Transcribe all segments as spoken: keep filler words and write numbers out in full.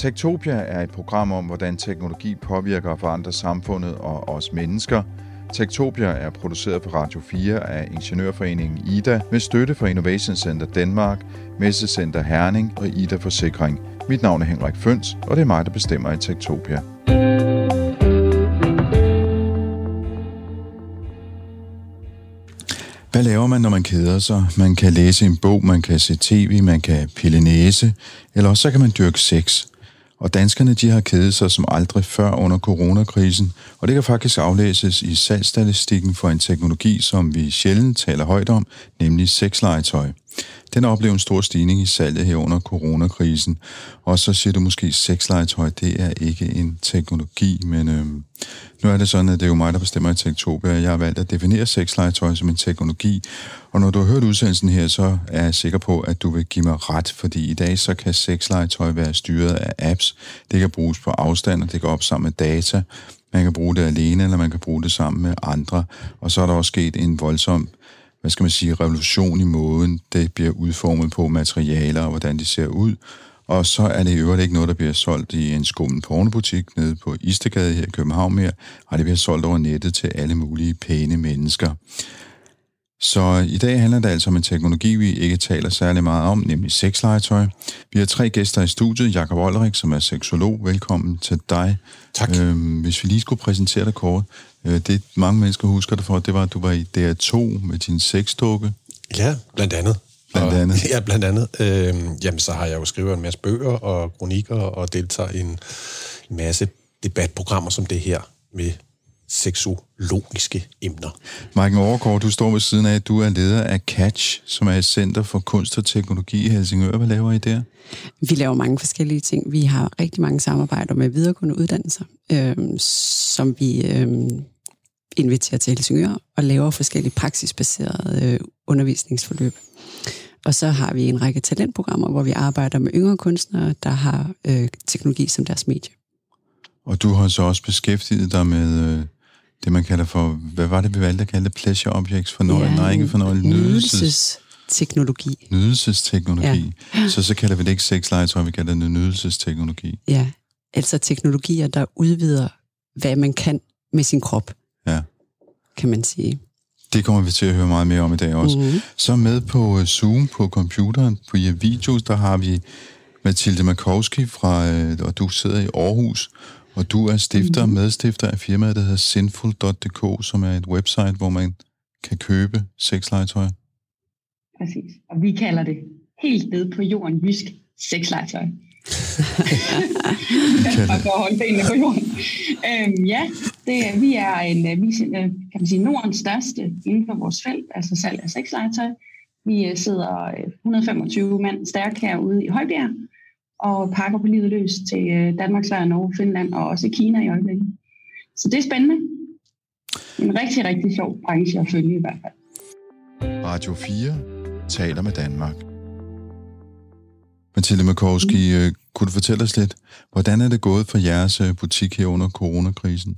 Techtopia er et program om, hvordan teknologi påvirker og forandrer samfundet og os mennesker. Techtopia er produceret på Radio fire af Ingeniørforeningen Ida med støtte fra Innovation Center Danmark, Messecenter Herning og Ida Forsikring. Mit navn er Henrik Føns, og det er mig, der bestemmer i Techtopia. Hvad laver man, når man keder sig? Man kan læse en bog, man kan se tv, man kan pille næse, eller også så kan man dyrke sex. Og danskerne, de har kedet sig som aldrig før under coronakrisen, og det kan faktisk aflæses i salgsstatistikken for en teknologi, som vi sjældent taler højt om, nemlig sexlegetøj. Den oplever en stor stigning i salget her under coronakrisen, og så siger du måske, sexlegetøj, det er ikke en teknologi, men øhm, nu er det sådan, at det er jo mig, der bestemmer i Techtopia. Jeg har valgt at definere sexlegetøj som en teknologi, og når du har hørt udsendelsen her, så er jeg sikker på, at du vil give mig ret, fordi i dag så kan sexlegetøj være styret af apps. Det kan bruges på afstand, og det kan opsamle data. Man kan bruge det alene, eller man kan bruge det sammen med andre, og så er der også sket en voldsom hvad skal man sige, revolution i måden, det bliver udformet på materialer og hvordan de ser ud. Og så er det i øvrigt ikke noget, der bliver solgt i en skummel pornobutik nede på Istedgade her i København mere, og det bliver solgt over nettet til alle mulige pæne mennesker. Så i dag handler det altså om en teknologi, vi ikke taler særlig meget om, nemlig sexlegetøj. Vi har tre gæster i studiet. Jakob Olrik, som er seksolog. Velkommen til dig. Tak. Øhm, hvis vi lige skulle præsentere dig kort. Øh, det mange mennesker husker dig for, det var, at du var i D R to med din sexdukke. Ja, blandt andet. Blandt andet? Og, ja, blandt andet. Øhm, jamen, så har jeg jo skrevet en masse bøger og kronikker og deltager i en masse debatprogrammer som det her med seksologiske emner. Maiken Overgaard, du står ved siden af, at du er leder af Catch, som er et center for kunst og teknologi i Helsingør. Hvad laver I der? Vi laver mange forskellige ting. Vi har rigtig mange samarbejder med videregående uddannelser, øh, som vi øh, inviterer til Helsingør og laver forskellige praksisbaserede øh, undervisningsforløb. Og så har vi en række talentprogrammer, hvor vi arbejder med yngre kunstnere, der har øh, teknologi som deres medie. Og du har så også beskæftiget dig med øh, det, man kalder for, hvad var det, vi valgte at kalde det? Pleasure objects, fornøjelse, ja, nej, ikke fornøjelse, nydelsesteknologi. Nydelsesteknologi. Ja. Så så kalder vi det ikke sexlegetøj, vi kalder det nydelsesteknologi. Ja, altså teknologier, der udvider, hvad man kan med sin krop, ja, kan man sige. Det kommer vi til at høre meget mere om i dag også. Mm-hmm. Så med på Zoom, på computeren, på video, der har vi Mathilde Makowski fra, og du sidder i Aarhus, og du er stifter, mm-hmm. medstifter af firmaet, der hedder Sinful punktum d k, som er et website, hvor man kan købe sexlegetøj. Præcis, og vi kalder det helt nede på jorden jysk sexlegetøj. Bare for at holde benene på jorden. Øhm, ja, det, vi er en, vi, kan man sige, Nordens største inden for vores felt, altså salg af sexlegetøj. Vi sidder et hundrede og femogtyve mand stærkt herude i Højbjerg, og pakker på livet løs til Danmark, Sverige, Norge, Finland og også Kina i øjeblikket. Så det er spændende. En rigtig, rigtig sjov branche at følge i hvert fald. Radio fire taler med Danmark. Mathilde Makowski, mm. kunne du fortælle os lidt, hvordan er det gået for jeres butik her under coronakrisen?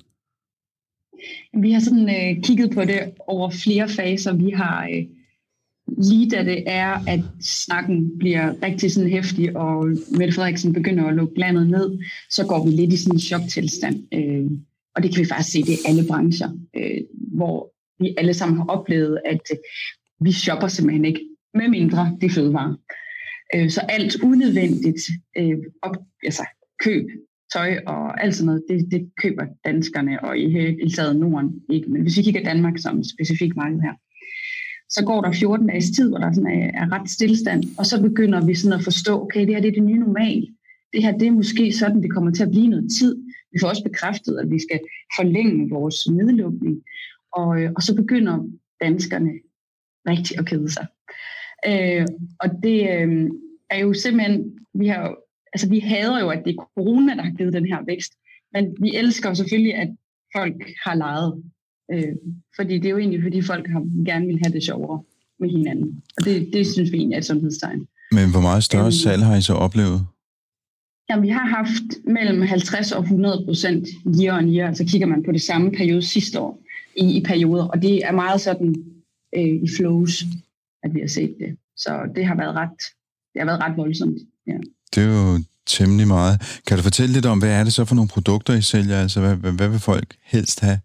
Vi har sådan øh, kigget på det over flere faser. Vi har øh, lige da det er, at snakken bliver rigtig sådan heftig, og Mette Frederiksen begynder at lukke landet ned, så går vi lidt i sådan en choktilstand. Øh, og det kan vi faktisk se, det er alle brancher, øh, hvor vi alle sammen har oplevet, at øh, vi shopper simpelthen ikke, med mindre det fødevarer. Øh, så alt unødvendigt øh, op, altså, køb, tøj og alt sådan noget, det, det køber danskerne, og i hele taget Norden ikke. Men hvis vi kigger Danmark som specifik marked her, så går der fjorten dages tid, hvor der sådan er, er ret stillestand, og så begynder vi sådan at forstå, okay, det her det er det nye normal. Det her det er måske sådan, det kommer til at blive noget tid. Vi får også bekræftet, at vi skal forlænge vores nedlukning, og, og så begynder danskerne rigtig at kede sig. Øh, og det øh, er jo simpelthen, vi har jo, altså vi hader jo, at det er corona, der har givet den her vækst, men vi elsker jo selvfølgelig, at folk har leget. Øh, fordi det er jo egentlig, fordi folk har, gerne vil have det sjovere med hinanden. Og det, det synes vi egentlig er et sundhedstegn. Men hvor meget større øhm, salg har I så oplevet? Jamen, vi har haft mellem halvtreds og hundrede procent year on year, altså kigger man på det samme periode sidste år i, i perioder, og det er meget sådan øh, i flows, at vi har set det. Så det har været ret, det har været ret voldsomt. Ja. Det er jo temmelig meget. Kan du fortælle lidt om, hvad er det så for nogle produkter, I sælger? Altså, hvad, hvad, hvad vil folk helst have?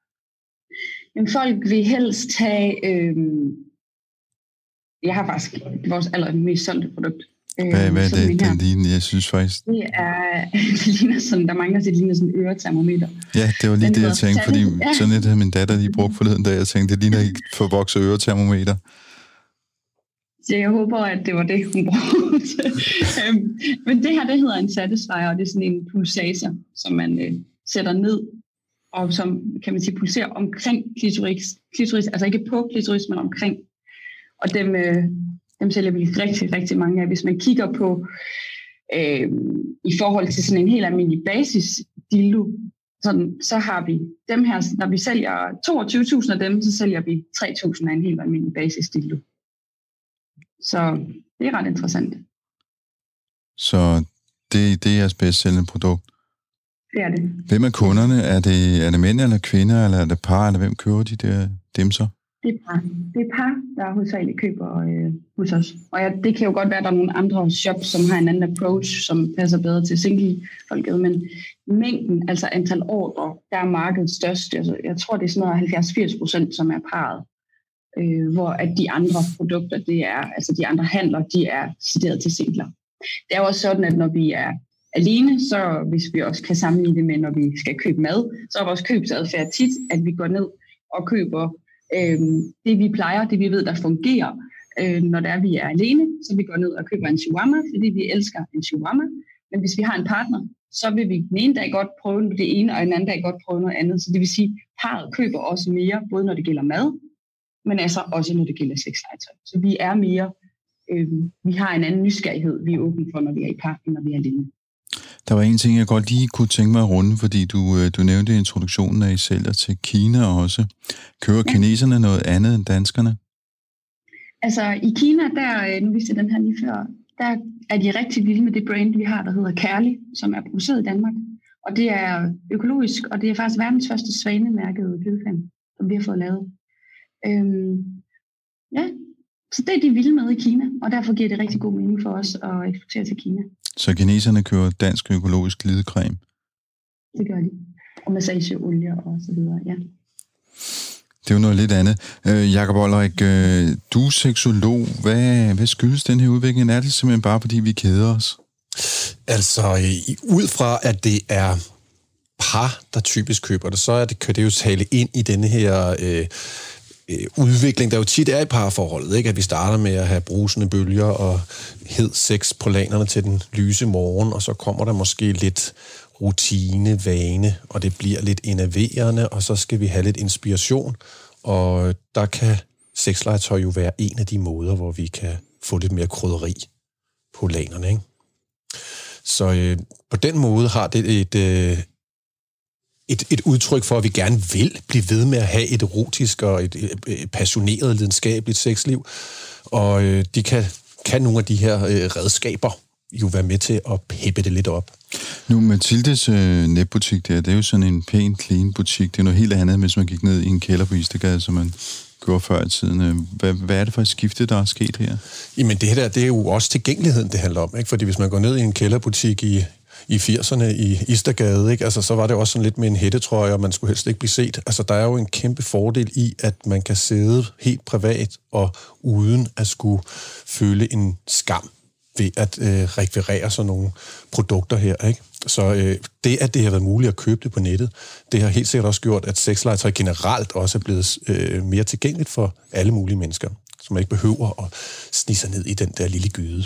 Men folk vil helst have... Øh... Jeg har faktisk vores allermest solgte produkt. Hvad, hvad er det, den ligner? Jeg synes faktisk... Det er... Det ligner sådan... Der mangler sig, det ligner sådan en øretermometer. Ja, det var lige den det, jeg tænkte, fordi ja. Sådan et havde min datter lige brugt forleden, da jeg tænkte, det ligner ikke for vokse øretermometer. Så jeg håber, at det var det, hun brugte. Men det her, det hedder en satisfier, og det er sådan en pulsator, som man øh, sætter ned, og som, kan man sige, pulserer omkring klitoris. klitoris altså ikke på klitoris, men omkring. Og dem, øh, dem sælger vi rigtig, rigtig mange af. Hvis man kigger på, øh, i forhold til sådan en helt almindelig basis dildo, sådan, så har vi dem her, når vi sælger toogtyve tusind af dem, så sælger vi tre tusind af en helt almindelig basis dildo. Så det er ret interessant. Så det, det er jeres bedst sælgende produkt? Det er det. Hvem er kunderne? Er det, er det mænd eller kvinder, eller er det par, eller hvem køber de der dimser? Det er par. Det er par, der hovedsageligt køber øh, hos os. Og ja, det kan jo godt være, at der er nogle andre shops, som har en anden approach, som passer bedre til single-folket, men mængden, altså antal ordre, der er markedet størst. Altså, jeg tror, det er sådan noget halvfjerds til firs procent, som er parret. Øh, hvor at de andre produkter, det er, altså de andre handler, de er sideret til singler. Det er jo også sådan, at når vi er alene, så hvis vi også kan sammenligne det med, når vi skal købe mad, så er vores købsadfærd tit, at vi går ned og køber øh, det, vi plejer, det vi ved, der fungerer, øh, når det er, vi er alene, så vi går ned og køber en shawarma, fordi vi elsker en shawarma. Men hvis vi har en partner, så vil vi den ene dag godt prøve det ene, og den anden dag godt prøve noget andet. Så det vil sige, at parret køber også mere, både når det gælder mad, men altså også når det gælder sexlegetøj. Så vi er mere, øh, vi har en anden nysgerrighed, vi er åbne for, når vi er i par, end når vi er alene. Der var en ting, jeg godt lige kunne tænke mig at runde, fordi du, du nævnte i introduktionen, at I sælger til Kina også. Køber ja. Kineserne noget andet end danskerne? Altså i Kina, der, nu viste jeg den her lige før, der er de rigtig vilde med det brand, vi har, der hedder Kærlig, som er produceret i Danmark. Og det er økologisk, og det er faktisk verdens første svanemærkede glidecreme, som vi har fået lavet. Øhm, ja, så det er de vilde med i Kina, og derfor giver det rigtig god mening for os at eksportere til Kina. Så kineserne køber dansk økologisk glidecreme? Det gør de. Og massageolie og så videre, ja. Det er jo noget lidt andet. Øh, Jakob Olrik, øh, du er seksolog. Hvad, hvad skyldes den her udvikling? Er det simpelthen bare, fordi vi keder os? Altså, ud fra, at det er par, der typisk køber det, så er det, kan det jo tale ind i denne her øh, øh, udvikling, der jo tit er i parforholdet, ikke? At vi starter med at have brusende bølger og hed sex på lanerne til den lyse morgen, og så kommer der måske lidt rutine, vane, og det bliver lidt enerverende, og så skal vi have lidt inspiration, og der kan sexlegetøj jo være en af de måder, hvor vi kan få lidt mere krydderi på lanerne, ikke? Så øh, på den måde har det et, øh, et, et udtryk for, at vi gerne vil blive ved med at have et erotisk og et, et, et passioneret, lidenskabeligt sexliv. Og øh, de kan, kan nogle af de her øh, redskaber jo være med til at peppe det lidt op. Nu, Mathildes øh, netbutik der, det er jo sådan en pæn, clean butik. Det er noget helt andet, hvis man gik ned i en kælder på Istergade, som man gjorde før i tiden. Hvad, hvad er det for et skifte, der er sket her? Jamen det her der, det er jo også tilgængeligheden, det handler om, ikke? Fordi hvis man går ned i en kælderbutik i, i firserne i Istergade, ikke? Altså, så var det også sådan lidt med en hættetrøje, og man skulle helst ikke blive set. Altså, der er jo en kæmpe fordel i, at man kan sidde helt privat og uden at skulle føle en skam ved at øh, rekvirere sådan nogle produkter her, ikke? Så øh, det, at det har været muligt at købe det på nettet, det har helt sikkert også gjort, at sexlegetøj generelt også er blevet øh, mere tilgængeligt for alle mulige mennesker, så man ikke behøver at snige sig ned i den der lille gyde.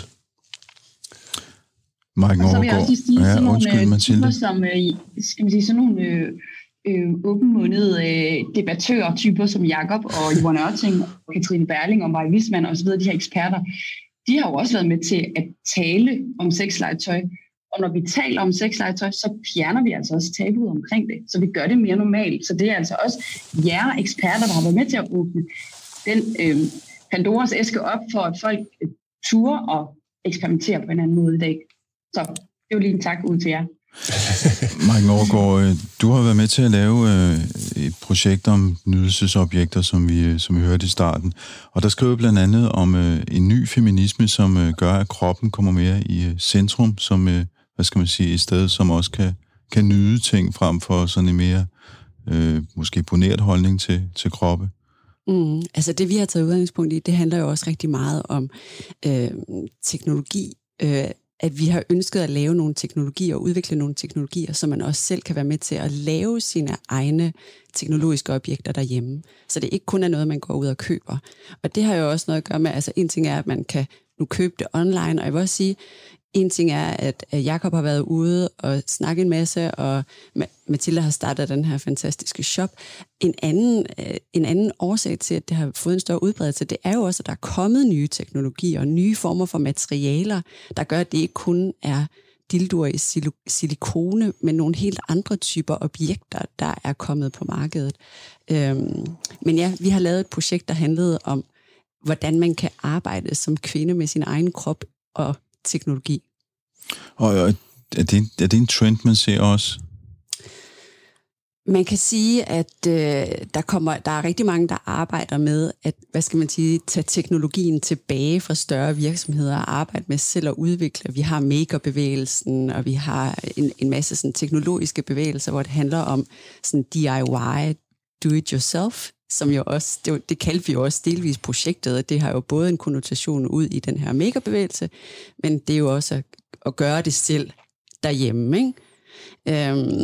Mike og så vil jeg også sige, ja, sådan undskyld, nogle typer som, øh, skal man sige, sådan nogle øh, øh, åbenmundede øh, debattører-typer som Jakob og Johan Ørting og Katrine Berling og Maja Wismann og så videre, de her eksperter, de har jo også været med til at tale om sexlegetøj. Og når vi taler om sexlegetøj, så fjerner vi altså også tabuet omkring det. Så vi gør det mere normalt. Så det er altså også jer eksperter, der har været med til at åbne den øh, Pandoras æske op, for at folk øh, turer og eksperimenterer på en anden måde i dag. Så det er jo lige en tak ud til jer. Mike Nørgaard, du har været med til at lave et projekt om nydelsesobjekter, som vi, som vi hørte i starten. Og der skriver blandt andet om en ny feminisme, som gør, at kroppen kommer mere i centrum, som hvad skal man sige, et sted, som også kan, kan nyde ting frem for sådan en mere øh, måske boneret holdning til, til kroppe. Mm, altså det, vi har taget udgangspunkt i, det handler jo også rigtig meget om øh, teknologi. Øh, at vi har ønsket at lave nogle teknologier og udvikle nogle teknologier, så man også selv kan være med til at lave sine egne teknologiske objekter derhjemme. Så det ikke kun er noget, man går ud og køber. Og det har jo også noget at gøre med, altså en ting er, at man kan nu købe det online, og jeg vil også sige, en ting er, at Jakob har været ude og snakke en masse, og Mathilde har startet den her fantastiske shop. En anden, en anden årsag til, at det har fået en større udbredelse, det er jo også, at der er kommet nye teknologier og nye former for materialer, der gør, at det ikke kun er dildoer i silikone, men nogle helt andre typer objekter, der er kommet på markedet. Men ja, vi har lavet et projekt, der handlede om, hvordan man kan arbejde som kvinde med sin egen krop og teknologi. Og er det, er det en trend, man ser også? Man kan sige, at øh, der, kommer, der er rigtig mange, der arbejder med at, hvad skal man sige, tage teknologien tilbage fra større virksomheder og arbejde med selv at udvikle. Vi har maker-bevægelsen, og vi har en, en masse sådan, teknologiske bevægelser, hvor det handler om sådan D I Y, do it yourself, som jo også, det, det kaldte vi jo også delvis projektet, og det har jo både en konnotation ud i den her maker-bevægelse, men det er jo også at, at gøre det selv derhjemme, ikke? Øhm,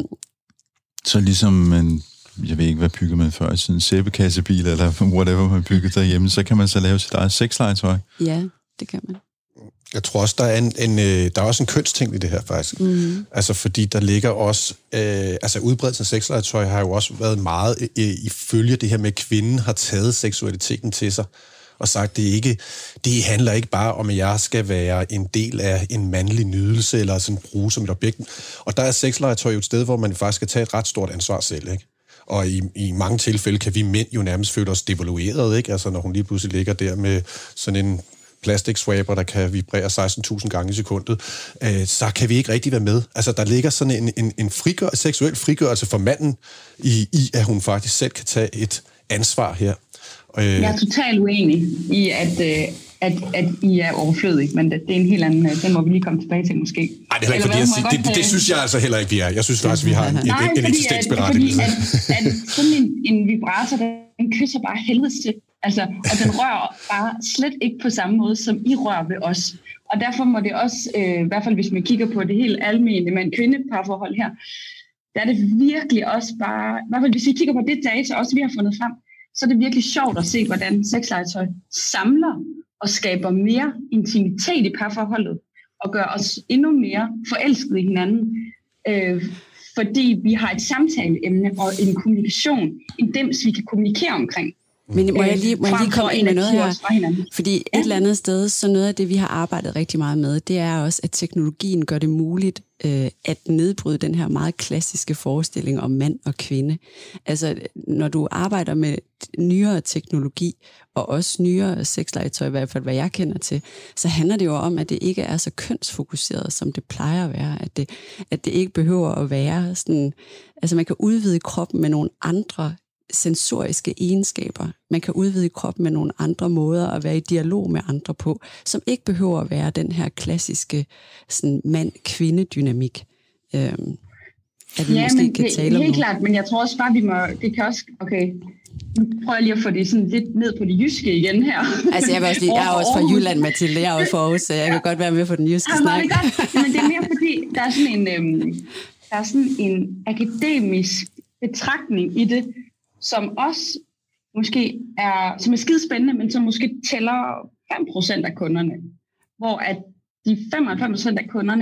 Så ligesom man, jeg ved ikke, hvad bygger man før i siden, sæbekassebil eller whatever man bygger derhjemme, så kan man så lave sit eget sexlegetøj. Ja, det kan man. Jeg tror også, der er, en, en, der er også en kønsting i det her, faktisk. Mm. Altså, fordi der ligger også... Øh, altså, udbredelsen af sexlegetøj har jo også været meget øh, ifølge det her med, at kvinden har taget seksualiteten til sig og sagt, det ikke, det handler ikke bare om, at jeg skal være en del af en mandlig nydelse eller sådan bruge som et objekt. Og der er sexlegetøj jo et sted, hvor man faktisk skal tage et ret stort ansvar selv, ikke? Og i, i mange tilfælde kan vi mænd jo nærmest føle os devalueret, ikke? Altså, når hun lige pludselig ligger der med sådan en plastik-swabber, der kan vibrere seksten tusind gange i sekundet, øh, så kan vi ikke rigtig være med. Altså, der ligger sådan en, en, en frigør, seksuel frigørelse for manden i, i, at hun faktisk selv kan tage et ansvar her. Øh, Jeg er totalt uenig i, at, øh, at, at I er overflødige, men det, det er en helt anden, den må vi lige komme tilbage til måske. Nej, det er ikke fordi, jeg siger, det, det, det synes jeg altså heller ikke, vi er. Jeg synes faktisk, vi har en, Nej, en, en fordi, eksistensberettigelse. Fordi at, at sådan en, en vibrator, den kysser bare helvedes til. Altså, og den rører bare slet ikke på samme måde, som I rører ved os. Og derfor må det også, øh, i hvert fald hvis man kigger på det helt almindelige mand-kvinde-parforhold her, der er det virkelig også bare, i hvert fald hvis vi kigger på det data, også vi har fundet frem, så er det virkelig sjovt at se, hvordan sexlegetøj samler og skaber mere intimitet i parforholdet, og gør os endnu mere forelskede i hinanden, øh, fordi vi har et samtaleemne og en kommunikation, en dims, vi kan kommunikere omkring. Men må jeg lige, må jeg lige komme ind med noget her? Fordi et ja. eller andet sted, så noget af det, vi har arbejdet rigtig meget med, det er også, at teknologien gør det muligt øh, at nedbryde den her meget klassiske forestilling om mand og kvinde. Altså, når du arbejder med nyere teknologi, og også nyere sexlegetøj, i hvert fald hvad jeg kender til, så handler det jo om, at det ikke er så kønsfokuseret, som det plejer at være. At det, at det ikke behøver at være sådan... Altså, man kan udvide kroppen med nogle andre sensoriske egenskaber. Man kan udvide kroppen med nogle andre måder at være i dialog med andre på, som ikke behøver at være den her klassiske sådan mand-kvinde-dynamik. Øhm, at vi ja, måske men kan det, tale om helt noget. klart, men jeg tror også bare, vi må, det kan også, okay, nu prøver jeg lige at få det sådan lidt ned på det jyske igen her. Altså, jeg, også lige, jeg er også fra Jylland, Mathilde, jeg er også fra Aarhus, så jeg kan godt være med på den jyske ja, snak. Det godt, men det er mere fordi, der er sådan en, øhm, der er sådan en akademisk betragtning i det, som også måske er, som er skidespændende, men som måske tæller fem procent af kunderne. Hvor at de femoghalvfems procent af kunderne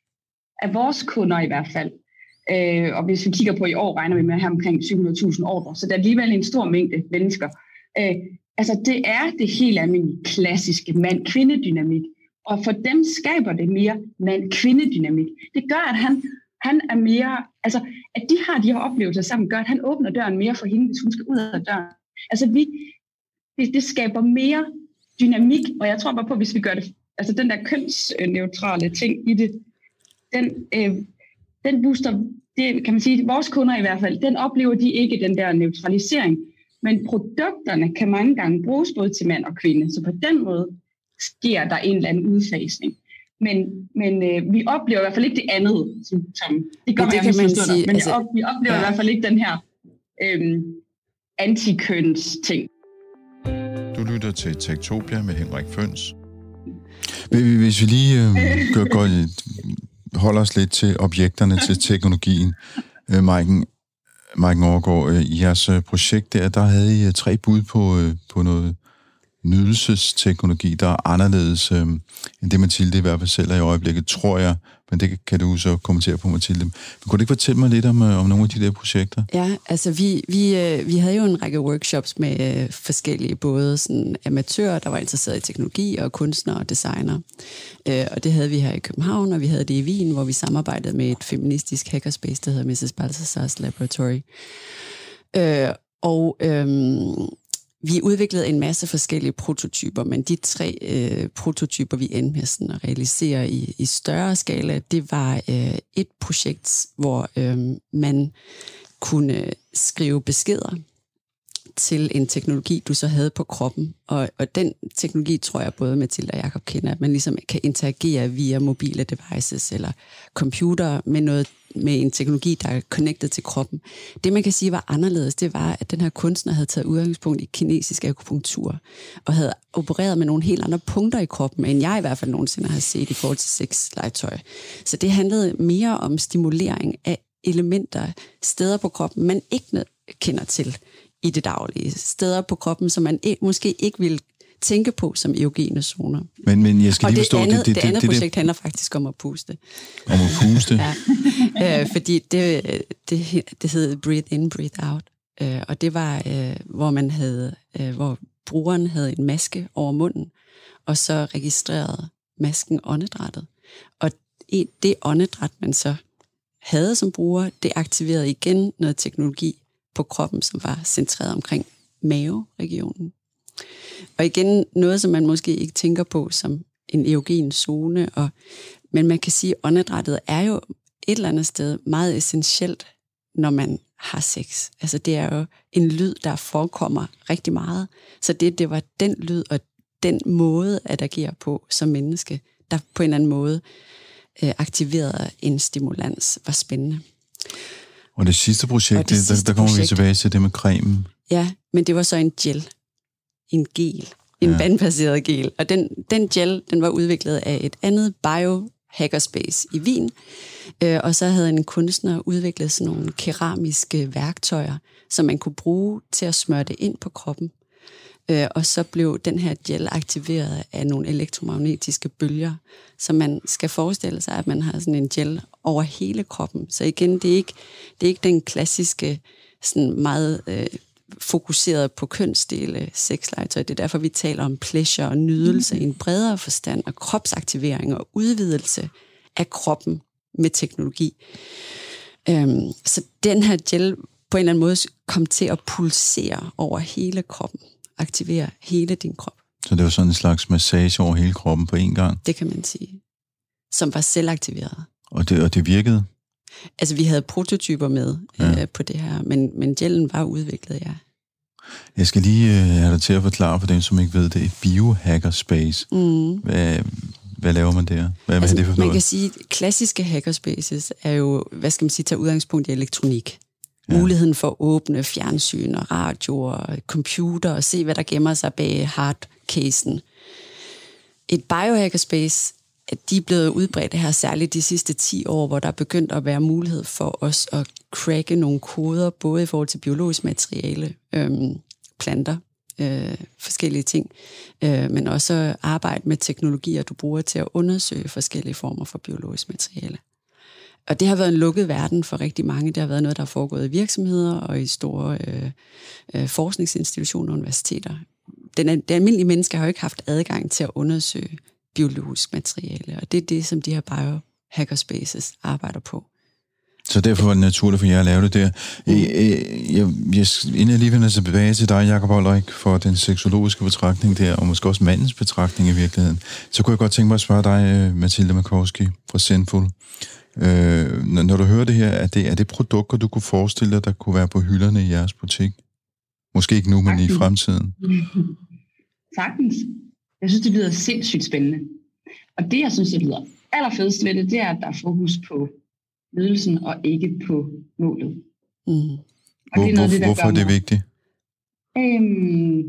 er vores kunder i hvert fald. Øh, og hvis vi kigger på i år, regner vi med at have omkring syv hundrede tusind ordre. Så der er alligevel en stor mængde mennesker. Øh, altså det er det helt almindelige klassiske mand-kvinde-dynamik. Og for dem skaber det mere mand-kvinde-dynamik. Det gør, at han Han er mere, altså, at de har de her oplevelser sammen, gør, at han åbner døren mere for hende, hvis hun skal ud af døren. Altså, vi, det, det skaber mere dynamik, og jeg tror bare på, hvis vi gør det, altså den der kønsneutrale ting i det, den, øh, den booster, det kan man sige, vores kunder i hvert fald, den oplever de ikke, den der neutralisering. Men produkterne kan mange gange bruges både til mand og kvinde, så på den måde sker der en eller anden udfasning. Men, men øh, vi oplever i hvert fald ikke det andet, som, som det kommer ja, det jeg kan sige, men altså, jeg op, vi oplever ja. i hvert fald ikke den her øhm, antikøns-ting. Du lytter til Techtopia med Henrik Føns. Hvis vi lige øh, gør, går, holder os lidt til objekterne, til teknologien, øh, Maiken, Maiken Overgaard, øh, i jeres projekt der, der havde I tre bud på, øh, på noget nydelsesteknologi, der er anderledes øh, end det, Mathilde i hvert fald selv er i øjeblikket, tror jeg, men det kan du så kommentere på, Mathilde. Men kunne du ikke fortælle mig lidt om, om nogle af de der projekter? Ja, altså vi, vi, øh, vi havde jo en række workshops med øh, forskellige, både sådan amatører, der var interesseret i teknologi, og kunstnere og designer. Øh, og det havde vi her i København, og vi havde det i Wien, hvor vi samarbejdede med et feministisk hackerspace, der hedder missus Balthazar's Laboratory. Øh, og øh, vi udviklede en masse forskellige prototyper, men de tre øh, prototyper, vi endte med sådan at realisere i, i større skala, det var øh, et projekt, hvor øh, man kunne skrive beskeder til en teknologi, du så havde på kroppen. Og, og den teknologi, tror jeg, både Mathilde og Jacob kender, at man ligesom kan interagere via mobile devices eller computer med, noget, med en teknologi, der er connected til kroppen. Det, man kan sige, var anderledes, det var, at den her kunstner havde taget udgangspunkt i kinesisk akupunktur, og havde opereret med nogle helt andre punkter i kroppen, end jeg i hvert fald nogensinde har set i forhold til sexlegetøj. Så det handlede mere om stimulering af elementer, steder på kroppen, man ikke kender til i det daglige. Steder på kroppen, som man ikke, måske ikke vil tænke på som erogene zoner. Men, men jeg skal lige forstå... Og det andet, det, det, det andet det, projekt det, handler faktisk om at puste. Om at puste? Ja, øh, fordi det, det, det hed Breathe In, Breathe Out. Øh, og det var, øh, hvor man havde, øh, hvor brugeren havde en maske over munden, og så registrerede masken åndedrættet. Og det åndedræt, man så havde som bruger, det aktiverede igen noget teknologi på kroppen, som var centreret omkring maveregionen. Og igen, noget, som man måske ikke tænker på som en erogen zone, og, men man kan sige, at åndedrættet er jo et eller andet sted meget essentielt, når man har sex. Altså det er jo en lyd, der forekommer rigtig meget. Så det, det var den lyd og den måde at agere på som menneske, der på en eller anden måde øh, aktiverede en stimulans, var spændende. Og det sidste projekt, det sidste der, der kommer projekt, vi tilbage til det med cremen. Ja, men det var så en gel. En gel. En ja. vandbaseret gel. Og den, den gel, den var udviklet af et andet biohackerspace i Wien. Øh, og så havde en kunstner udviklet sådan nogle keramiske værktøjer, som man kunne bruge til at smøre det ind på kroppen. Øh, og så blev den her gel aktiveret af nogle elektromagnetiske bølger, så man skal forestille sig, at man har sådan en gel over hele kroppen. Så igen, det er ikke, det er ikke den klassiske, sådan meget øh, fokuseret på kønsdele sexlegetøj. Det er derfor, vi taler om pleasure og nydelse i en bredere forstand, og kropsaktivering og udvidelse af kroppen med teknologi. Øhm, så den her gel på en eller anden måde kom til at pulsere over hele kroppen. Aktivere hele din krop. Så det var sådan en slags massage over hele kroppen på én gang? Det kan man sige. Som var selvaktiveret. Og det, og det virkede? Altså, vi havde prototyper med ja. øh, på det her, men, men gelen var udviklet, ja. Jeg skal lige øh, have dig til at forklare for dem, som ikke ved det. Biohackerspace. Mm. Hvad, hvad laver man der? Hvad, altså, hvad er det for noget? Man kan sige, at klassiske hackerspaces er jo, hvad skal man sige, tager udgangspunkt i elektronik. Ja. Muligheden for at åbne fjernsyn og radio og computer og se, hvad der gemmer sig bag hardcasen. Et biohackerspace, de er blevet udbredt her særligt de sidste ti år, hvor der er begyndt at være mulighed for os at cracke nogle koder, både i forhold til biologisk materiale, øhm, planter, øh, forskellige ting, øh, men også arbejde med teknologier, du bruger til at undersøge forskellige former for biologisk materiale. Og det har været en lukket verden for rigtig mange. Det har været noget, der er foregået i virksomheder og i store øh, øh, forskningsinstitutioner og universiteter. Den, den almindelige menneske har jo ikke haft adgang til at undersøge biologisk materiale, og det er det, som de her biohackerspaces arbejder på. Så derfor var det naturligt for jer at lave det der. Mm. Jeg, jeg, jeg, inden jeg lige vender tilbage til dig, Jacob Olrik, for den seksologiske betragtning der, og måske også mandens betragtning i virkeligheden, så kunne jeg godt tænke mig at spørge dig, Mathilde Markowski fra Zenful. Øh, når, når du hører det her, er det, er det produkter, du kunne forestille dig, der kunne være på hylderne i jeres butik? Måske ikke nu, men i fremtiden. Sagtens. Jeg synes, det lyder sindssygt spændende. Og det, jeg synes, det lyder allerfedest ved det, det er, at der er fokus på nydelsen og ikke på målet. Mm. Og det er noget, Hvor, det, der hvorfor er det vigtigt? Øhm,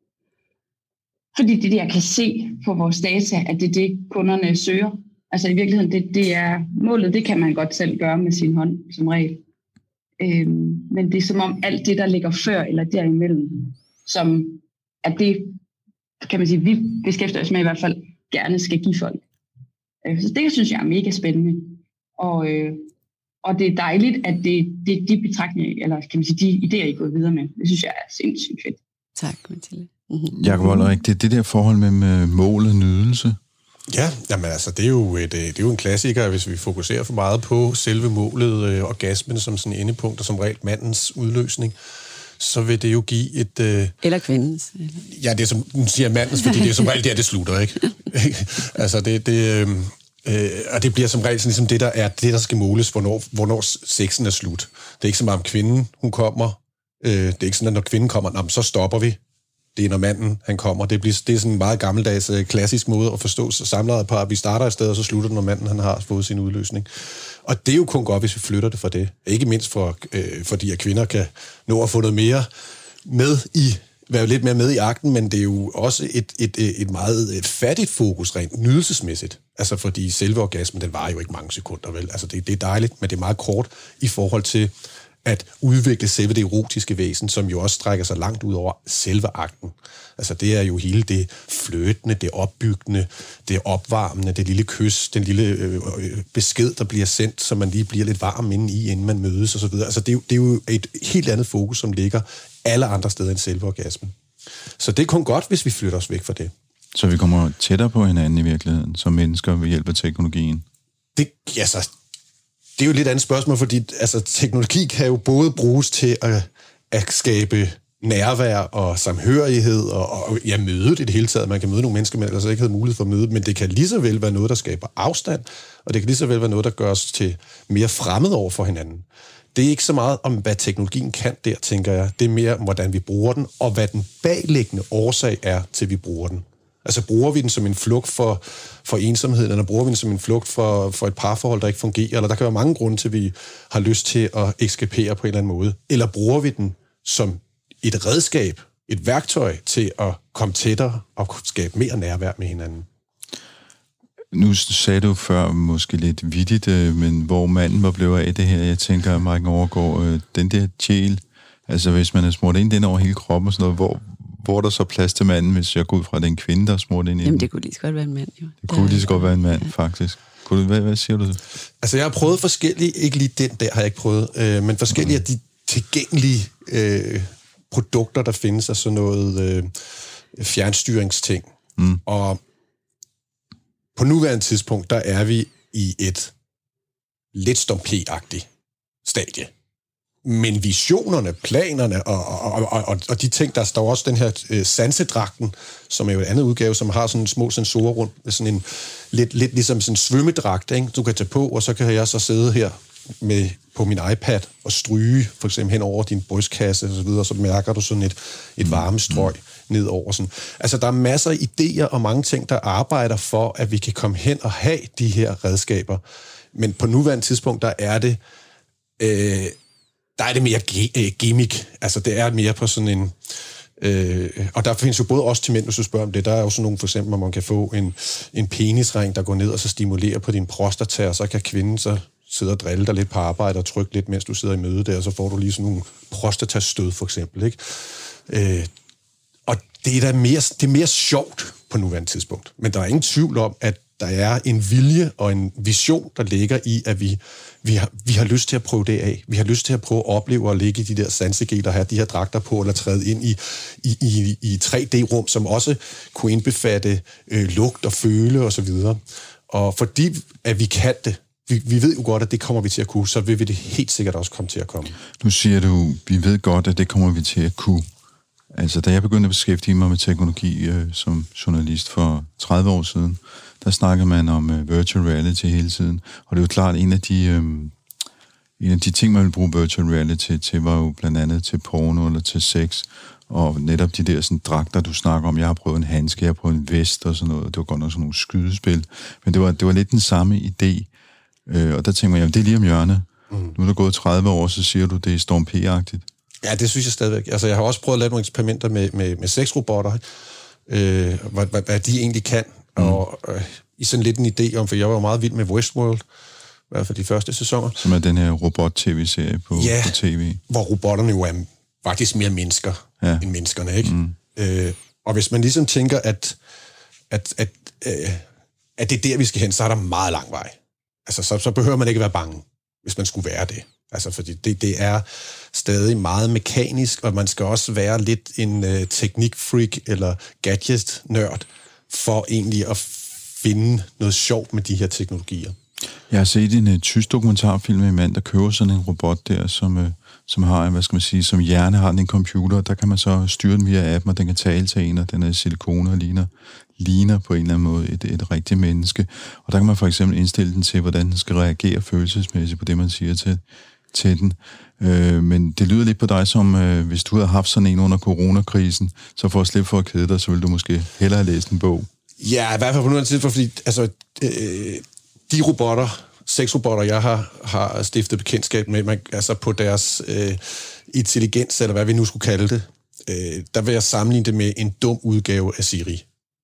fordi det, det, jeg kan se på vores data, at det er det, kunderne søger. Altså i virkeligheden, det, det er målet, det kan man godt selv gøre med sin hånd, som regel. Øhm, men det er som om alt det, der ligger før eller derimellem, som at det, kan man sige, vi beskæftiger os med i hvert fald, gerne skal give folk. Øh, så det synes jeg er mega spændende. Og, øh, og det er dejligt, at det, det de betragtninger, eller kan man sige, de idéer, I er gået videre med, det synes jeg er sindssygt fedt. Tak, Mathilde. Mm-hmm. Jakob Olrik, det er det der forhold med, med mål og nydelse. Ja, jamen altså, det er, jo et, det er jo en klassiker, hvis vi fokuserer for meget på selve målet, øh, orgasmen som sådan en endepunkt, og som regel mandens udløsning, så vil det jo give et... Øh... Eller kvindens. Eller... Ja, det er som, nu siger mandens, fordi det er som regel der, det slutter, ikke? altså, det... det øh... Øh, og det bliver som regel sådan, ligesom det, der er det, der skal måles, hvornår, hvornår sexen er slut. Det er ikke så meget om kvinden, hun kommer. Øh, det er ikke sådan, at når kvinden kommer, nå, så stopper vi. Det er, når manden han kommer. Det, bliver, det er sådan en meget gammeldags, klassisk måde at forstå samlejet på, at vi starter et sted, og så slutter det, når manden han har fået sin udløsning. Og det er jo kun godt, hvis vi flytter det fra det. Ikke mindst for, øh, fordi, at kvinder kan nå at få noget mere med i være lidt mere med i akten, men det er jo også et, et, et meget et fattigt fokus rent nydelsesmæssigt. Altså fordi selve orgasmen, den varer jo ikke mange sekunder, vel? Altså det, det er dejligt, men det er meget kort i forhold til at udvikle selve det erotiske væsen, som jo også strækker sig langt ud over selve akten. Altså det er jo hele det fløtende, det opbyggende, det opvarmende, det lille kys, den lille øh, besked, der bliver sendt, så man lige bliver lidt varm inde i, inden man mødes osv. Altså det er, jo, det er jo et helt andet fokus, som ligger alle andre steder end selve orgasmen. Så det er kun godt, hvis vi flytter os væk fra det. Så vi kommer tættere på hinanden i virkeligheden, som mennesker ved hjælp af teknologien? Det, altså, det er jo et lidt andet spørgsmål, fordi altså, teknologi kan jo både bruges til at, at skabe nærvær og samhørighed og, og ja, møde det i det hele taget. Man kan møde nogle mennesker, man ellers ikke havde mulighed for at møde, men det kan lige så vel være noget, der skaber afstand, og det kan lige så vel være noget, der gør os til mere fremmed over for hinanden. Det er ikke så meget om, hvad teknologien kan der, tænker jeg. Det er mere, hvordan vi bruger den, og hvad den bagliggende årsag er, til vi bruger den. Altså, bruger vi den som en flugt for, for ensomheden, eller bruger vi den som en flugt for, for et parforhold, der ikke fungerer, eller der kan være mange grunde til, at vi har lyst til at ekskapere på en eller anden måde. Eller bruger vi den som et redskab, et værktøj til at komme tættere og skabe mere nærvær med hinanden. Nu sagde du før, måske lidt vittigt, men hvor manden var blevet af det her, jeg tænker, at Maiken Overgaard, den der tjæl, altså hvis man er smurt ind den over hele kroppen og sådan noget, hvor, hvor er der så plads til manden, hvis jeg går ud fra, at det er en kvinde, der er smurt ind i den? Jamen det kunne lige så godt være en mand, jo. Det kunne lige så godt være en mand, faktisk. Kunne du, hvad, hvad siger du? Altså jeg har prøvet forskellige, ikke lige den der har jeg ikke prøvet, øh, men forskellige af de tilgængelige øh, produkter, der findes af sådan noget øh, fjernstyringsting. Mm. Og på nuværende tidspunkt, der er vi i et lidt stompe-agtigt stadie. Men visionerne, planerne og, og, og, og, og de ting, der står også den her øh, sansedragten, som er jo et andet udgave, som har sådan små sensorer rundt, sådan en lidt, lidt ligesom sådan en svømmedragt, ikke? Du kan tage på, og så kan jeg så sidde her med, på min iPad og stryge for eksempel hen over din brystkasse og så videre, og så mærker du sådan et, et varmestrøg ned over sådan. Altså, der er masser af idéer og mange ting, der arbejder for, at vi kan komme hen og have de her redskaber. Men på nuværende tidspunkt, der er det øh, der er det mere ge- gimmick. Altså, det er mere på sådan en... Øh, og der findes jo både også til mænd, hvis du spørger om det. Der er jo sådan nogle, for eksempel, hvor man kan få en, en penisring, der går ned og så stimulerer på din prostata, og så kan kvinden så sidde og drille dig lidt på arbejde og trykke lidt, mens du sidder i møde der, og så får du lige sådan nogle prostatastød, for eksempel, ikke? Øh, og det er da mere, det er mere sjovt på nuværende tidspunkt. Men der er ingen tvivl om, at der er en vilje og en vision, der ligger i, at vi, vi, har, vi har lyst til at prøve det af. Vi har lyst til at prøve at opleve at ligge i de der sansegeler, have de her dragter på, eller træde ind i, i, i, i tre D-rum, som også kunne indbefatte øh, lugt og føle osv. Og, og fordi at vi kan det, vi, vi ved jo godt, at det kommer vi til at kunne, så vil vi det helt sikkert også komme til at komme. Nu siger du, vi ved godt, at det kommer vi til at kunne. Altså, da jeg begyndte at beskæftige mig med teknologi øh, som journalist for tredive år siden, der snakker man om øh, virtual reality hele tiden. Og det er jo klart, en af de, øh, en af de ting, man vil bruge virtual reality til, var jo blandt andet til porno eller til sex. Og netop de der sådan, dragter, du snakker om, jeg har prøvet en handske, jeg har prøvet en vest og sådan noget, det var godt nok sådan nogle skydespil. Men det var, det var lidt den samme idé. Øh, og der tænker jeg, jamen, det er lige om hjørnet. Mm. Nu er der gået tredive år, så siger du, det er Storm P-agtigt. Ja, det synes jeg stadigvæk. Altså, jeg har også prøvet at lave nogle eksperimenter med, med, med sexrobotter, øh, hvad, hvad, hvad de egentlig kan. Mm. Og øh, i sådan lidt en idé om, for jeg var jo meget vild med Westworld, i hvert fald de første sæsoner. Som er den her robot-tv-serie på, ja, på tv. Hvor robotterne jo er faktisk mere mennesker ja. end menneskerne, ikke? Mm. Øh, og hvis man ligesom tænker, at, at, at, øh, at det er der, vi skal hen, så er der meget lang vej. Altså, så, så behøver man ikke være bange, hvis man skulle være det. Altså, fordi det, det er stadig meget mekanisk, og man skal også være lidt en øh, teknikfreak eller gadget-nørd, for egentlig at finde noget sjovt med de her teknologier. Jeg har set en uh, tysk dokumentarfilm med en mand, der køber sådan en robot der, som, uh, som har, hvad skal man sige, som hjerne har den en computer, der kan man så styre den via appen, og den kan tale til en, og den er silikone og ligner, ligner på en eller anden måde et, et rigtigt menneske. Og der kan man for eksempel indstille den til, hvordan den skal reagere følelsesmæssigt på det, man siger til, til den. Øh, men det lyder lidt på dig som, øh, hvis du havde haft sådan en under coronakrisen, så for at slippe for at kede dig, så ville du måske hellere have læst en bog. Ja, i hvert fald på nuværende tidspunkt, fordi altså, øh, de robotter, sexrobotter, jeg har, har stiftet bekendtskab med, man, altså på deres øh, intelligens, eller hvad vi nu skulle kalde det, øh, der vil jeg sammenligne det med en dum udgave af Siri.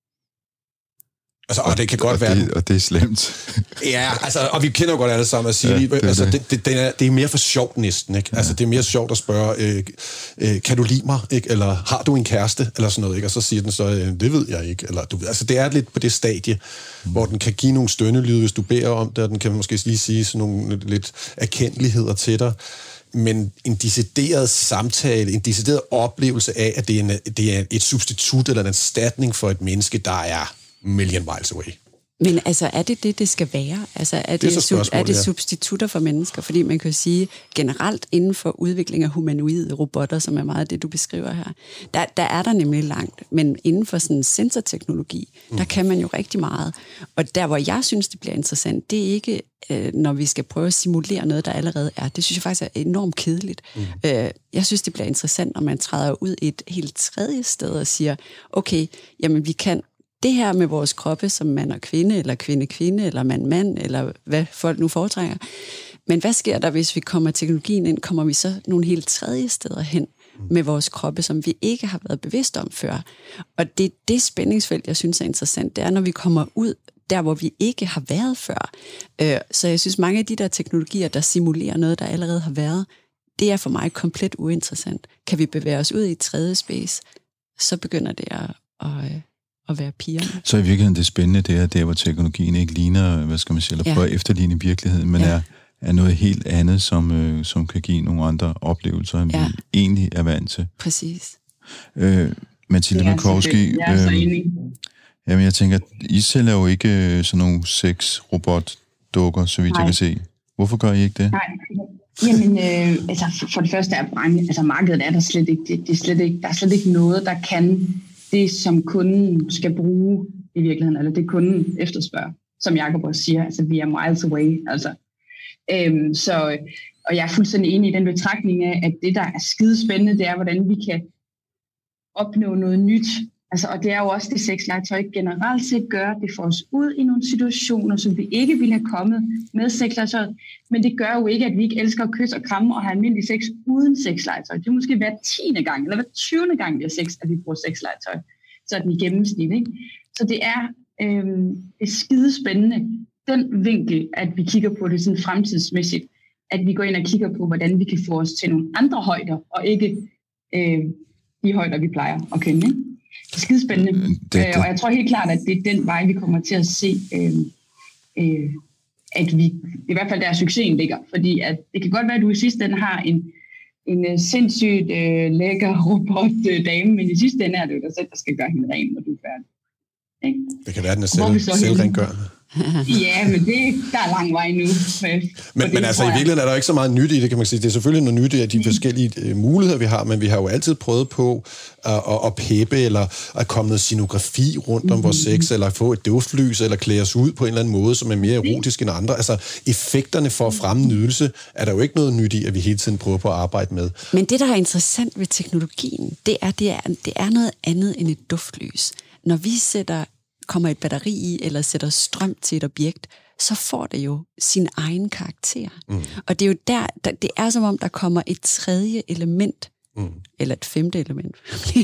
Altså, og, og det kan godt og være... Det, og det er slemt. Ja, altså, og vi kender jo godt alle sammen at Siri. Ja, det, altså, det. Det, det, er, det er mere for sjovt næsten, ikke? Ja. Altså, det er mere sjovt at spørge, øh, øh, kan du lide mig, ikke? Eller har du en kæreste, eller sådan noget, ikke? Og så siger den så, øh, det ved jeg ikke. Eller, du, altså, det er lidt på det stadie, mm. hvor den kan give nogle stønnelyde, hvis du beder om det, og den kan måske lige sige sådan nogle lidt erkendeligheder til dig. Men en decideret samtale, en decideret oplevelse af, at det er, en, det er et substitut eller en erstatning for et menneske, der er million miles away. Men altså, er det det, det skal være? Altså, er det, det er, sub- er det substitutter for mennesker? Fordi man kan jo sige, generelt inden for udvikling af humanoide robotter, som er meget det, du beskriver her, der, der er der nemlig langt. Men inden for sådan sensorteknologi, mm. der kan man jo rigtig meget. Og der, hvor jeg synes, det bliver interessant, det er ikke, øh, når vi skal prøve at simulere noget, der allerede er. Det synes jeg faktisk er enormt kedeligt. Mm. Øh, jeg synes, det bliver interessant, når man træder ud i et helt tredje sted og siger, okay, jamen vi kan det her med vores kroppe som mand og kvinde, eller kvinde-kvinde, eller mand-mand, eller hvad folk nu foretrækker. Men hvad sker der, hvis vi kommer teknologien ind? Kommer vi så nogle helt tredje steder hen med vores kroppe, som vi ikke har været bevidst om før? Og det er det spændingsfelt, jeg synes er interessant. Det er, når vi kommer ud der, hvor vi ikke har været før. Så jeg synes, mange af de der teknologier, der simulerer noget, der allerede har været, det er for mig komplet uinteressant. Kan vi bevæge os ud i et tredje space, så begynder det at... at at være pigerne. Så i virkeligheden det spændende, det er der, hvor teknologien ikke ligner, hvad skal man sige, eller ja. prøver at efterligne virkeligheden, men ja. er, er noget helt andet, som, øh, som kan give nogle andre oplevelser, end ja. vi egentlig er vant til. Præcis. Øh, Mathilde Markowski, jeg er så enig. Jamen, jeg tænker, I sælger jo ikke sådan nogle sex-robot-dukker, så vidt Nej. jeg kan se. Hvorfor gør I ikke det? Nej, jamen, øh, altså for det første er branche, altså markedet er der slet ikke, det, det er slet ikke, der er slet ikke noget, der kan det, som kunden skal bruge i virkeligheden, eller det kunden efterspørger, som Jacob også siger, altså vi er miles away, altså. Øhm, så, og jeg er fuldstændig enig i den betragtning af, at det, der er skidespændende, det er, hvordan vi kan opnå noget nyt. Altså, og det er jo også det, sexlegetøj generelt set gør. Det får os ud i nogle situationer, som vi ikke ville have kommet med sexlegetøj. Men det gør jo ikke, at vi ikke elsker at kysse og kramme og have almindelig sex uden sexlegetøj. Det er måske hver tiende gang, eller hver tyvende gang, vi har sex, at vi bruger sexlegetøj. Sådan i gennemsnit, ikke? Så det er, øhm, det er skidespændende, den vinkel, at vi kigger på det sådan fremtidsmæssigt. At vi går ind og kigger på, hvordan vi kan få os til nogle andre højder, og ikke øh, de højder, vi plejer at kende, ikke? Skidespændende. Det, det. Øh, og jeg tror helt klart, at det er den vej, vi kommer til at se, øh, øh, at vi, i hvert fald der succesen ligger. Fordi at det kan godt være, at du i sidste ende har en, en sindssygt øh, lækker robot-dame, men i sidste ende er det jo dig selv, der skal gøre hende ren, når du er færdig. Ikke? Det kan være, den er selv, selvrenggørende. Ja, men det, der er lang vej nu. Men, men det, altså i virkeligheden er der ikke så meget nyt i det, kan man sige. Det er selvfølgelig noget nyt i de forskellige øh, muligheder, vi har, men vi har jo altid prøvet på at, at, at peppe, eller at komme noget scenografi rundt om mm. vores sex, eller få et duftlys, eller klæde os ud på en eller anden måde, som er mere erotisk end andre. Altså effekterne for at fremme nydelse, er der jo ikke noget nyt i, at vi hele tiden prøver på at arbejde med. Men det, der er interessant ved teknologien, det er, det er, det er noget andet end et duftlys. Når vi sætter kommer et batteri i, eller sætter strøm til et objekt, så får det jo sin egen karakter. Mm. Og det er jo der, der, det er som om, der kommer et tredje element, mm. eller et femte element.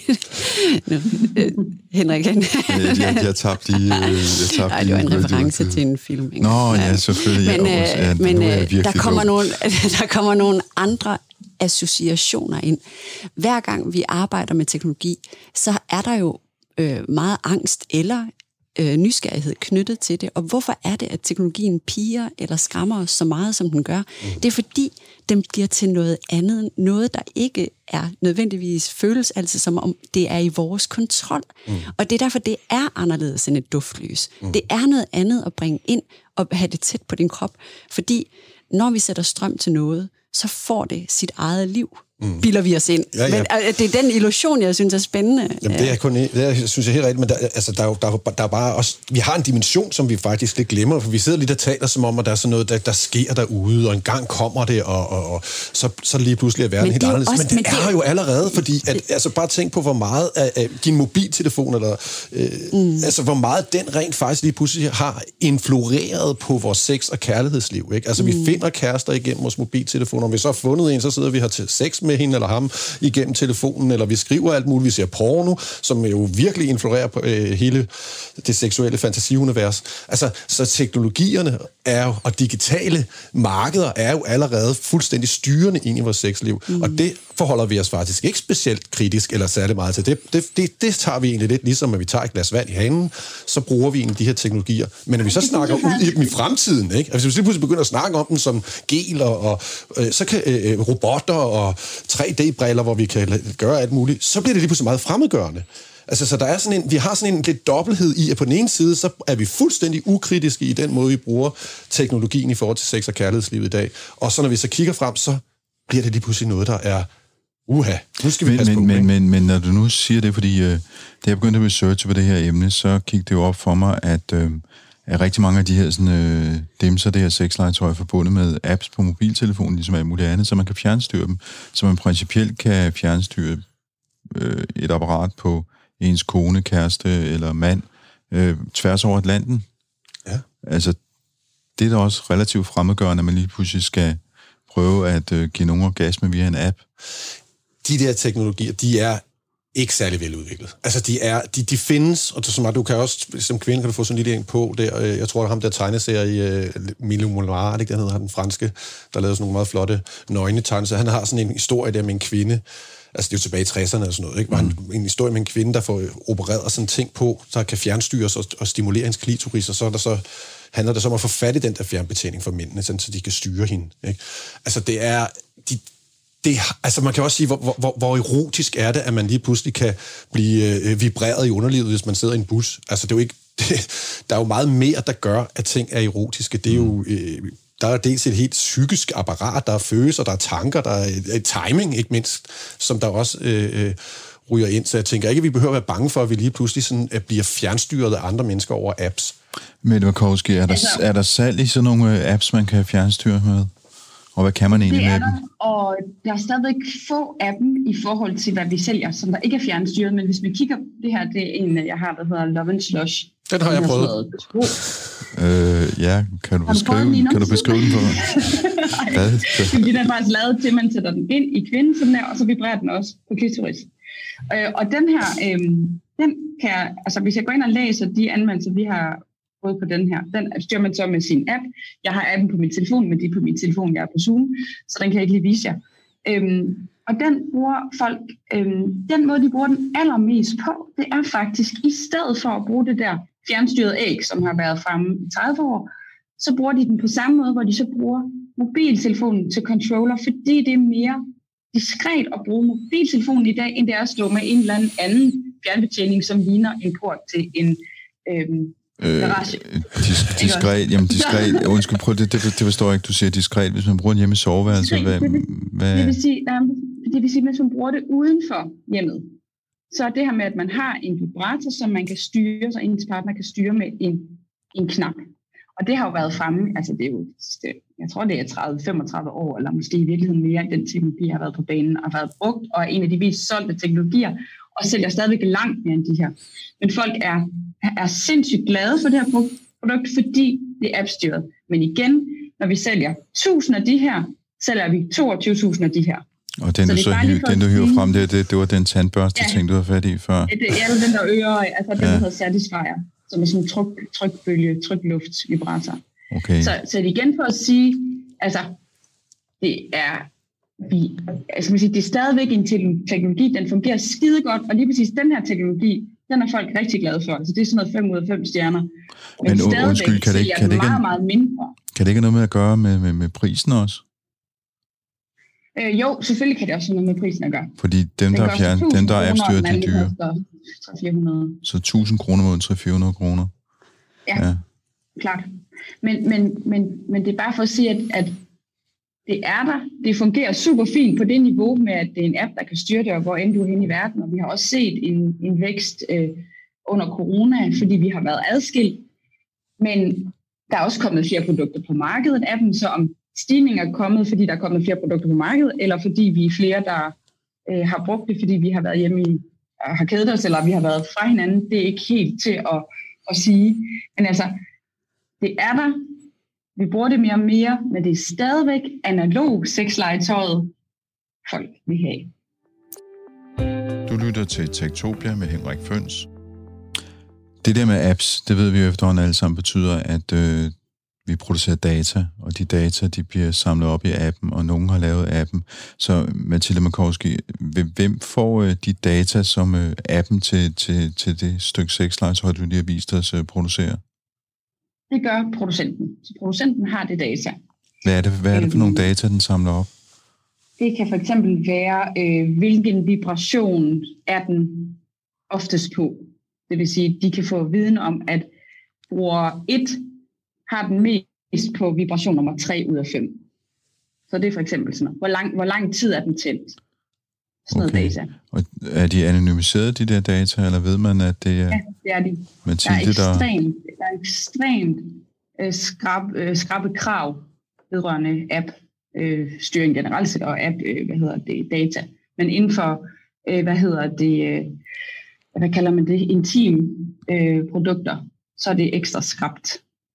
Nå, øh, Henrik. jeg, jeg, jeg tabte lige... Jeg tabte Nej, det var en reference til en film. Ikke? Nå, ja, selvfølgelig. Men, ja, ja, men øh, der, kommer nogle, der kommer nogle andre associationer ind. Hver gang vi arbejder med teknologi, så er der jo øh, meget angst eller øh, nysgerrighed knyttet til det. Og hvorfor er det, at teknologien piger eller skræmmer os så meget, som den gør? Mm. Det er fordi, den bliver til noget andet. Noget, der ikke er nødvendigvis føles altid som om, det er i vores kontrol. Mm. Og det er derfor, det er anderledes end et duftlys. Mm. Det er noget andet at bringe ind og have det tæt på din krop. Fordi når vi sætter strøm til noget, så får det sit eget liv. Mm. Bilder vi os ind. Ja, ja. Men det er den illusion, jeg synes er spændende. Jamen, det er kun, det er, synes jeg helt rigtigt, men der, altså, der, er jo, der, er, der er bare også, vi har en dimension, som vi faktisk lidt glemmer, for vi sidder lidt og taler som om, at der er sådan noget, der, der sker derude, og en gang kommer det, og, og, og så, så lige pludselig er verden helt anderledes. Også, men det, men det er det, jo allerede, fordi at, altså, bare tænk på, hvor meget af, af din mobiltelefon, eller øh, mm. altså, hvor meget den rent faktisk lige pludselig har influeret på vores sex- og kærlighedsliv. Ikke? Altså, mm. vi finder kærester igennem vores mobiltelefoner, og vi så har fundet en, så sidder vi her til sex med hende eller ham igennem telefonen, eller vi skriver alt muligt, vi ser porno, som jo virkelig influerer på øh, hele det seksuelle fantasiunivers. Altså, så teknologierne er jo, og digitale markeder er jo allerede fuldstændig styrende ind i vores sexliv, mm. og det forholder vi os faktisk ikke specielt kritisk eller særlig meget til. Det, det, det, det tager vi egentlig lidt ligesom, at vi tager et glas vand i hanen, så bruger vi egentlig de her teknologier. Men når vi så snakker ud i dem i fremtiden, ikke? Altså, hvis vi pludselig begynder at snakke om dem som geler, og øh, så kan øh, robotter og tre D-briller, hvor vi kan gøre alt muligt, så bliver det lige pludselig meget fremmedgørende. Altså, så der er sådan en, vi har sådan en lidt dobbelthed i, at på den ene side, så er vi fuldstændig ukritiske i den måde, vi bruger teknologien i forhold til sex- og kærlighedslivet i dag. Og så når vi så kigger frem, så bliver det lige pludselig noget, der er uha, nu skal vi passe men, på. Men, men, men når du nu siger det, fordi øh, da jeg begyndte at researche på det her emne, så gik det jo op for mig, at, øh, at rigtig mange af de her sådan, øh, dimser, det her sexlegetøj er forbundet med apps på mobiltelefonen, ligesom alt muligt andet, så man kan fjernstyre dem, så man principielt kan fjernstyre øh, et apparat på ens kone, kæreste eller mand øh, tværs over Atlanten. Ja. Altså, det er da også relativt fremmedgørende, at man lige pludselig skal prøve at øh, give nogen orgasme via en app. De der teknologier, de er ikke særlig veludviklet. Altså, de, er, de, de findes, og som du kan også, som kvinde, kan du få sådan en lille en på. Der, jeg tror, at ham der tegneserie i uh, Milo Moulin, ikke, den hedder den franske, der lavede sådan nogle meget flotte nøgne tegneserier. Han har sådan en historie der med en kvinde, altså det er jo tilbage i tresserne og sådan noget, ikke? Var en, en historie med en kvinde, der får opereret sådan en ting på, så kan fjernstyres og, og stimulere hendes klitoris, og så er der så handler det så om at få fat i den der fjernbetjening for mændene, sådan, så de kan styre hende. Ikke? Altså det er... De, det, altså man kan også sige, hvor, hvor, hvor erotisk er det, at man lige pludselig kan blive øh, vibreret i underlivet, hvis man sidder i en bus. Altså det er jo ikke... Det, der er jo meget mere, der gør, at ting er erotiske. Det er jo... Øh, der er dels et helt psykisk apparat, der er følelser, der er tanker, der er et, et timing, ikke mindst, som der også... Øh, ryger ind, så jeg tænker ikke, at vi behøver at være bange for, at vi lige pludselig sådan, at bliver fjernstyret af andre mennesker over apps. Mette Markowski, er der, altså, er der salg i sådan nogle apps, man kan fjernstyre med? Og hvad kan man egentlig med dem? Det er der, og der er stadigvæk få af dem i forhold til, hvad vi sælger, som der ikke er fjernstyret, men hvis vi kigger, det her, det er en, jeg har, der hedder Love and Slush. Den har jeg prøvet. Øh, ja, kan du, har beskrive, du kan du beskrive den for mig? Nej, den er faktisk lavet til, at man sætter den ind i kvinden, sådan der, og så vibrerer den også på klitoris. Øh, og den her, øh, den kan, altså hvis jeg går ind og læser de anmeldelser, vi har fået på den her, den styrer man så med sin app. Jeg har appen på min telefon, men det er på min telefon, jeg er på Zoom, så den kan jeg ikke lige vise jer. Øh, og den bruger folk, øh, den måde de bruger den allermest på, det er faktisk, i stedet for at bruge det der fjernstyrede æg, som har været fremme i tredive år, så bruger de den på samme måde, hvor de så bruger mobiltelefonen til controller, fordi det er mere diskret at bruge mobiltelefonen i dag, end det er at stå med en eller anden fjernbetjening, som ligner en port til en, øhm, Øh, dis, diskret, jamen diskret, undskyld, prøv det, det, det forstår jeg ikke, du siger diskret, hvis man bruger den hjemme i soveværelset, hvad, det, vil, hvad... det, vil sige, nej, det vil sige, hvis man bruger det uden for hjemmet, så er det her med, at man har en vibrator, som man kan styre, så ens partner kan styre med en, en knap. Og det har jo været fremme, altså det er jo, jeg tror det er tredive til femogtredive år, eller måske i virkeligheden mere, den teknologi har været på banen og været brugt, og er en af de mest solgte teknologier, og sælger stadigvæk langt mere end de her. Men folk er, er sindssygt glade for det her produkt, fordi det er appstyret. Men igen, når vi sælger tusind af de her, sælger vi toogtyve tusind af de her. Og den, så du, så hiv, den, du hiver frem, det, det, det var den tandbørste, ja, ting, du har fat i før? Det, det er den der ører, altså den, ja, der hedder Satisfyer, som er sådan en tryk, trykbølge, trykluft-vibrator. Okay. Så, så det er igen for at sige, altså, det er, vi, altså, sige, det er stadigvæk en teknologi, den fungerer skide godt, og lige præcis den her teknologi, den er folk rigtig glade for. Altså, det er sådan noget fem ud af fem stjerner. Men, Men stadigvæk undskyld, kan det, ikke, kan det ikke, meget, meget mindre. Kan det ikke have noget med at gøre med, med, med prisen også? Øh, jo, selvfølgelig kan det også have noget med prisen at gøre. Fordi dem, der er fjern, dem, der er appstyret, de er dyre. tre til fire hundrede. Så tusind kroner mod tre til fire hundrede kroner. Ja, ja, klart. Men, men, men, men det er bare for at sige, at, at det er der. Det fungerer super fint på det niveau med, at det er en app, der kan styre det, og hvor end du er henne i verden. Og vi har også set en, en vækst øh, under corona, fordi vi har været adskilt. Men der er også kommet flere produkter på markedet af dem, så om stigninger er kommet, fordi der er kommet flere produkter på markedet, eller fordi vi er flere, der øh, har brugt det, fordi vi har været hjemme i, og har kædet os, eller vi har været fra hinanden. Det er ikke helt til at, at sige. Men altså, det er der. Vi bruger det mere og mere, men det er stadigvæk analog sexlegetøjet, folk vil have. Du lytter til Techtopia med Henrik Føns. Det der med apps, det ved vi jo efterhånden alle sammen, betyder, at øh, vi producerer data, og de data, de bliver samlet op i appen, og nogen har lavet appen. Så Mathilde Markowski, hvem får øh, de data, som øh, appen til, til, til det stykke sexlegetøj, du lige har vist os, øh, producerer? Det gør producenten. Så producenten har det data. Hvad er det, hvad er det for nogle data, den samler op? Det kan for eksempel være, øh, hvilken vibration er den oftest på. Det vil sige, at de kan få viden om, at bruger et har den mest på vibration nummer tre ud af fem. Så det er for eksempel sådan noget. Hvor lang, hvor lang tid er den tændt? Sådan okay. Noget data. Og er de anonymiseret, de der data, eller ved man, at det er... Ja, det er de. Mathilde, der er ekstremt, der er ekstremt øh, skrab, øh, skrabe krav vedrørende app-styring øh, generelt set, og app, øh, hvad hedder det, data. Men inden for, øh, hvad hedder det, øh, hvad kalder man det, intim øh, produkter, så er det ekstra skrabt.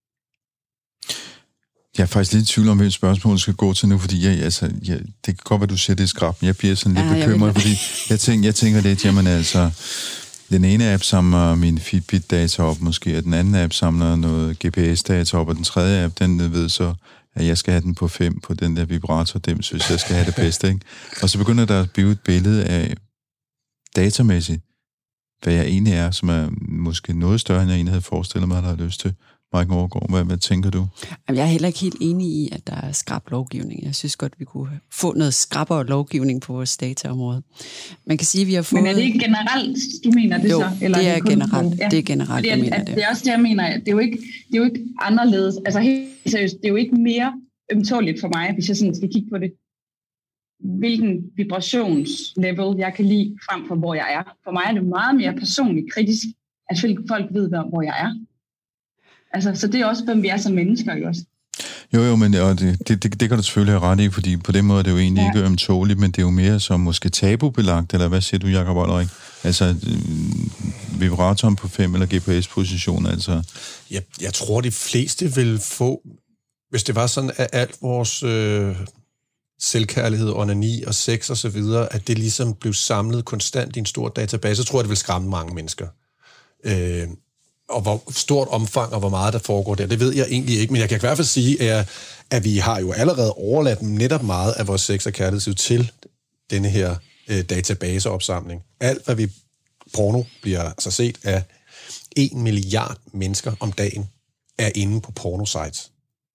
Jeg er faktisk lidt i tvivl om, hvilket spørgsmål skal gå til nu, fordi jeg, altså, jeg, det kan godt være, du siger, det er skrab, men jeg bliver sådan lidt ja, bekymret, jeg fordi jeg tænker, jeg tænker lidt, jamen altså, den ene app samler min Fitbit-data op måske, og den anden app samler noget G P S-data op, og den tredje app, den ved så, at jeg skal have den på fem på den der vibrator-dims, hvis jeg skal have det bedste, ikke? Og så begynder der at blive et billede af datamæssigt, hvad jeg egentlig er, som er måske noget større, end jeg egentlig havde forestillet mig, der har lyst til. Mike Overgaard, hvad, hvad tænker du? Jeg er heller ikke helt enig i, at der er skrap lovgivning. Jeg synes godt, vi kunne få noget skrappere lovgivning på vores dataområde. Man kan sige, at vi har fået... Men er det ikke generelt, du mener det jo, så? Eller det er, er det generelt. Ja. Det er generelt, jeg mener at, det. Det er også det, jeg mener. Det er jo ikke, det er jo ikke anderledes. Altså helt seriøst, det er jo ikke mere ømtåligt for mig, hvis jeg sådan skal kigge på det. Hvilken vibrationslevel jeg kan lide frem for, hvor jeg er. For mig er det meget mere personligt kritisk, at folk ved, hvor jeg er. Altså, så det er også, hvem vi er som mennesker, jo også. Jo, jo, men og det, det, det, det kan du selvfølgelig have ret i, fordi på den måde er det jo egentlig ja. ikke ømtåligt, men det er jo mere som måske tabubelagt, eller hvad siger du, Jacob Ollerik? Altså, øh, vibratoren på fem eller G P S-position, altså... Jeg, jeg tror, de fleste vil få, hvis det var sådan, at alt vores øh, selvkærlighed, onani og sex og så videre, at det ligesom blev samlet konstant i en stor database, så tror jeg, det vil skræmme mange mennesker. Øh, og hvor stort omfang og hvor meget der foregår der, det ved jeg egentlig ikke, men jeg kan i hvert fald sige, at, at vi har jo allerede overladt netop meget af vores sex- og kærlighedsliv til denne her øh, databaseopsamling. Alt, hvad vi porno bliver altså set af en milliard mennesker om dagen, er inde på pornosites.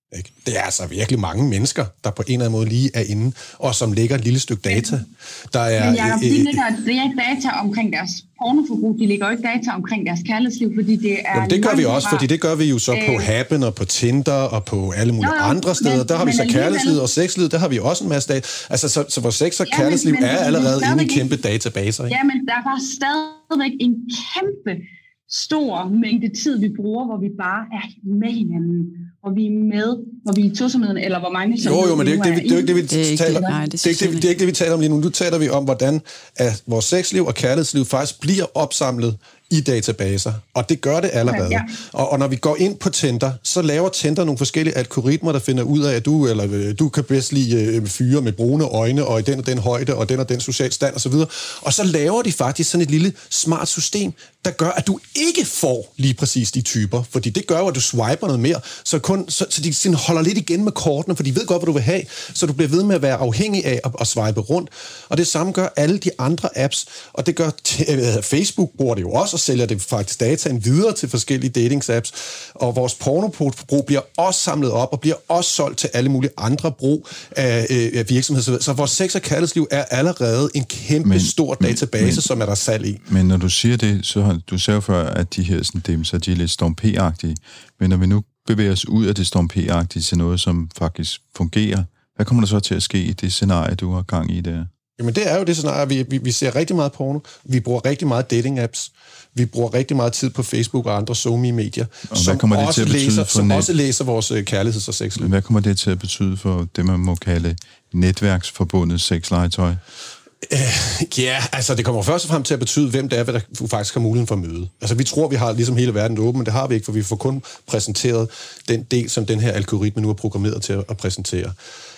Ikke? Det er altså virkelig mange mennesker, der på en eller anden måde lige er inde, og som lægger et lille stykke data. Der er, Men Jacob, de lægger, det er data omkring deres pornoforbrug, de lægger jo ikke data omkring deres kærlighedsliv, fordi det er... Jamen, det gør vi også, fordi det gør vi jo så øh, på Happen og på Tinder og på alle mulige jo, jo, andre steder. Men, der har vi så kærlighedsliv og sexliv, der har vi også en masse data. Altså, så, så vores sex og ja, kærlighedsliv men, men, er allerede inde i kæmpe databaser. Ikke? Ja, men der er bare stadigvæk en kæmpe stor mængde tid, vi bruger, hvor vi bare er med hinanden, hvor vi er med, hvor vi er i tosomheden, eller hvor mange som... Jo, jo, men det er ikke det, vi, det, er ikke det, vi det taler om. Nej, det, det, er ikke det, det er ikke det, vi taler om lige nu. Nu taler vi om, hvordan at vores sexliv og kærlighedsliv faktisk bliver opsamlet i databaser, og det gør det allerede. Okay, ja. og, og når vi går ind på Tinder, så laver Tinder nogle forskellige algoritmer, der finder ud af, at du, eller, du kan bedst lide uh, fyre med brune øjne, og i den og den højde, og den og den social stand osv. Og så laver de faktisk sådan et lille smart system, der gør, at du ikke får lige præcis de typer, fordi det gør jo, at du swiper noget mere, så, kun, så, så de sådan holder lidt igen med kortene, for de ved godt, hvad du vil have, så du bliver ved med at være afhængig af at, at swipe rundt. Og det samme gør alle de andre apps, og det gør t- Facebook bruger det jo også, og sælger det faktisk dataen videre til forskellige datingsapps, og vores pornoforbrug bliver også samlet op, og bliver også solgt til alle mulige andre brug af, af virksomheder. Så vores sex- og kærlighedsliv er allerede en kæmpe men, stor database, men, som er der salg i. Men når du siger det, så har du sagde før, at de her sådan, dem, så de er lidt Storm P-agtige. Men når vi nu bevæger os ud af det Storm P-agtige til noget, som faktisk fungerer, hvad kommer der så til at ske i det scenarie, du har gang i der? Jamen det er jo det scenarie, vi, vi, vi ser rigtig meget porno, vi bruger rigtig meget dating-apps, vi bruger rigtig meget tid på Facebook og andre SoMe-medier, som, også læser, som net... også læser vores kærligheds- og sexliv. Hvad kommer det til at betyde for det, man må kalde netværksforbundet sexlegetøj? Uh, ja, altså det kommer først og fremmest til at betyde, hvem det er, hvad der faktisk har muligheden for at møde. Altså vi tror, vi har ligesom hele verden åben, men det har vi ikke, for vi får kun præsenteret den del, som den her algoritme nu er programmeret til at præsentere.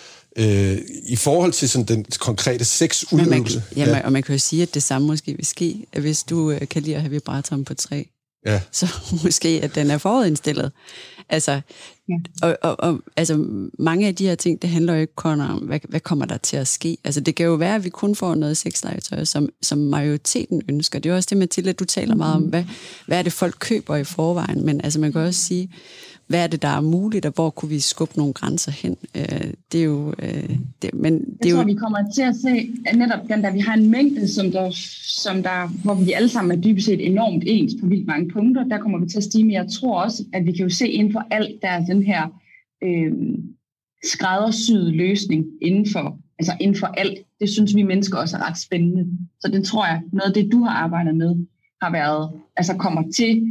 Uh, I forhold til sådan den konkrete sexudøvelse... Ja, ja, og man kan jo sige, at det samme måske vil ske, at hvis du uh, kan lide at have vibratoren på tre, ja. så måske, at den er forudindstillet. Altså, ja. og, og, og, altså, mange af de her ting, det handler jo ikke kun om, hvad, hvad kommer der til at ske. Altså, det kan jo være, at vi kun får noget sexlegetøj, som, som majoriteten ønsker. Det er jo også det, Mathilde, at du taler meget om, hvad, hvad er det, folk køber i forvejen. Men altså, man kan også sige, hvad er det, der er muligt, og hvor kunne vi skubbe nogle grænser hen? Øh, det er jo... Øh, det, men det jeg er tror, jo... vi kommer til at se, at netop den der, vi har en mængde, som der, som der, hvor vi alle sammen er dybest set enormt ens på vildt mange punkter, der kommer vi til at stige, men jeg tror også, at vi kan jo se inden for alt, der er den her øh, skræddersyede løsning inden for, altså inden for alt. Det synes vi mennesker også er ret spændende. Så det tror jeg, noget af det, du har arbejdet med, har været, altså kommer til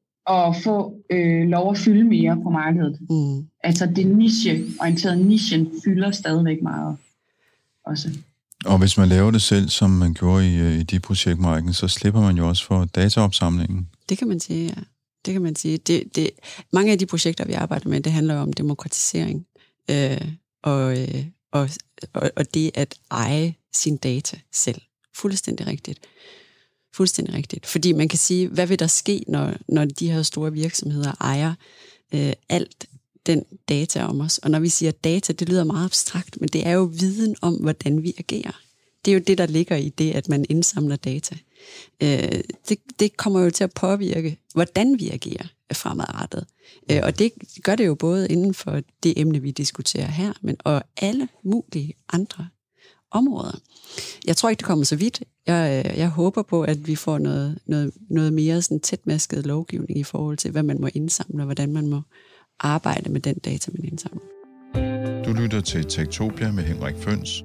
at få øh, lov at fylde mere på markedet. Mm. Altså det niche-orienterede nichen fylder stadigvæk meget også. Og hvis man laver det selv, som man gjorde i, i de projektmarken, så slipper man jo også for dataopsamlingen. Det kan man sige, ja. Det kan man sige. Det, det, mange af de projekter, vi arbejder med, det handler jo om demokratisering. Øh, og, øh, og, og, og det at eje sin data selv. Fuldstændig rigtigt. Fuldstændig rigtigt. Fordi man kan sige, hvad vil der ske, når, når de her store virksomheder ejer øh, alt den data om os? Og når vi siger data, det lyder meget abstrakt, men det er jo viden om, hvordan vi agerer. Det er jo det, der ligger i det, at man indsamler data. Øh, det, det kommer jo til at påvirke, hvordan vi agerer fremadrettet. Øh, og det gør det jo både inden for det emne, vi diskuterer her, men og alle mulige andre områder. Jeg tror ikke, det kommer så vidt. Jeg, jeg håber på, at vi får noget, noget, noget mere sådan tætmasket lovgivning i forhold til, hvad man må indsamle, og hvordan man må arbejde med den data, man indsamler. Du lytter til Techtopia med Henrik Føns.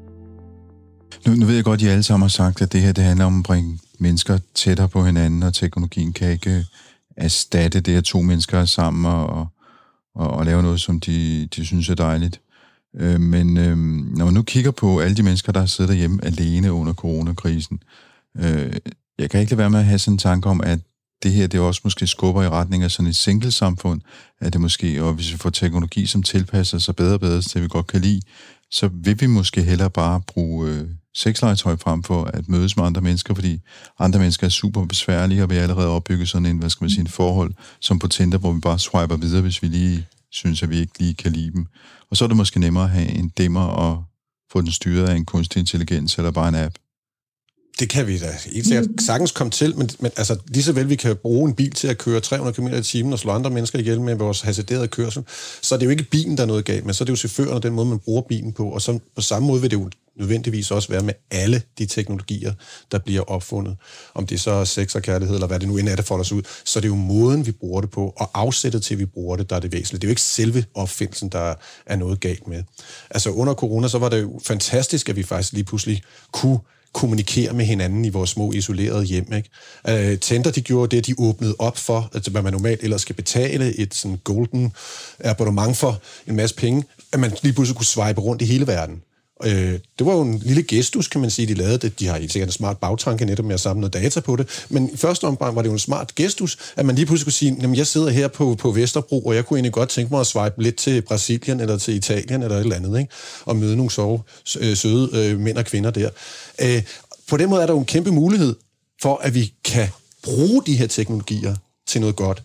Nu, nu ved jeg godt, at I alle sammen har sagt, at det her det handler om at bringe mennesker tættere på hinanden, og teknologien kan ikke erstatte det, at to mennesker er sammen og, og, og lave noget, som de, de synes er dejligt. Øh, men øh, når man nu kigger på alle de mennesker, der sidder derhjemme alene under coronakrisen, øh, jeg kan ikke lade være med at have sådan en tanke om, at det her, det også måske skubber i retning af sådan et single-samfund, at det måske, og hvis vi får teknologi, som tilpasser sig bedre og bedre til, vi godt kan lide, så vil vi måske hellere bare bruge øh, sexlegetøj frem for at mødes med andre mennesker, fordi andre mennesker er super besværlige, og vi har allerede opbygget sådan en, hvad skal man sige, en forhold, som på Tinder, hvor vi bare swiper videre, hvis vi lige synes, at vi ikke lige kan lide dem. Og så er det måske nemmere at have en dimmer og få den styret af en kunstig intelligens eller bare en app. Det kan vi da helt sikkert sagtens komme til, men, men altså, lige så vel vi kan bruge en bil til at køre tre hundrede kilometer i timen og slå andre mennesker ihjel med vores hasarderede kørsel, så er det jo ikke bilen, der er noget galt med, så er det jo chaufføren og den måde, man bruger bilen på, og så på samme måde vil det jo nødvendigvis også være med alle de teknologier, der bliver opfundet. Om det så er sex og kærlighed, eller hvad det nu end er, der får os ud, så er det jo måden, vi bruger det på, og afsættet til, vi bruger det, der er det væsentlige. Det er jo ikke selve opfindelsen, der er noget galt med. Altså under corona, så var det jo fantastisk, at vi faktisk lige pludselig kunne kommunikere med hinanden i vores små isolerede hjem. Ikke? Uh, Tinder, de gjorde det, de åbnede op for, altså hvad man normalt ellers skal betale, et sådan golden abonnement for en masse penge, at man lige pludselig kunne swipe rundt i hele verden. Uh, det var jo en lille gestus, kan man sige, de lavede det. De har helt sikkert en smart bagtanke netop med at samle noget data på det, men i første omgang var det jo en smart gestus, at man lige pludselig kunne sige, jamen jeg sidder her på, på Vesterbro, og jeg kunne egentlig godt tænke mig at swipe lidt til Brasilien, eller til Italien, eller et eller andet, ikke? Og møde nogle sove, søde øh, mænd og kvinder der. Uh, på den måde er der jo en kæmpe mulighed for, at vi kan bruge de her teknologier til noget godt.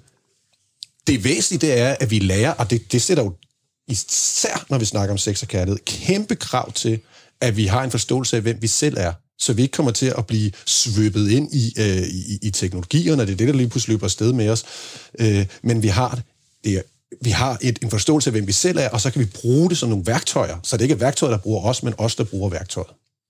Det væsentlige, det er, at vi lærer, og det, det sætter jo især, når vi snakker om sex og kærlighed, kæmpe krav til, at vi har en forståelse af, hvem vi selv er, så vi ikke kommer til at blive svøbet ind i, øh, i, i teknologierne, det er det, der lige pludselig løber afsted med os, øh, men vi har det er, vi har et, en forståelse af, hvem vi selv er, og så kan vi bruge det som nogle værktøjer, så det ikke er værktøjer, der bruger os, men os, der bruger værktøjet.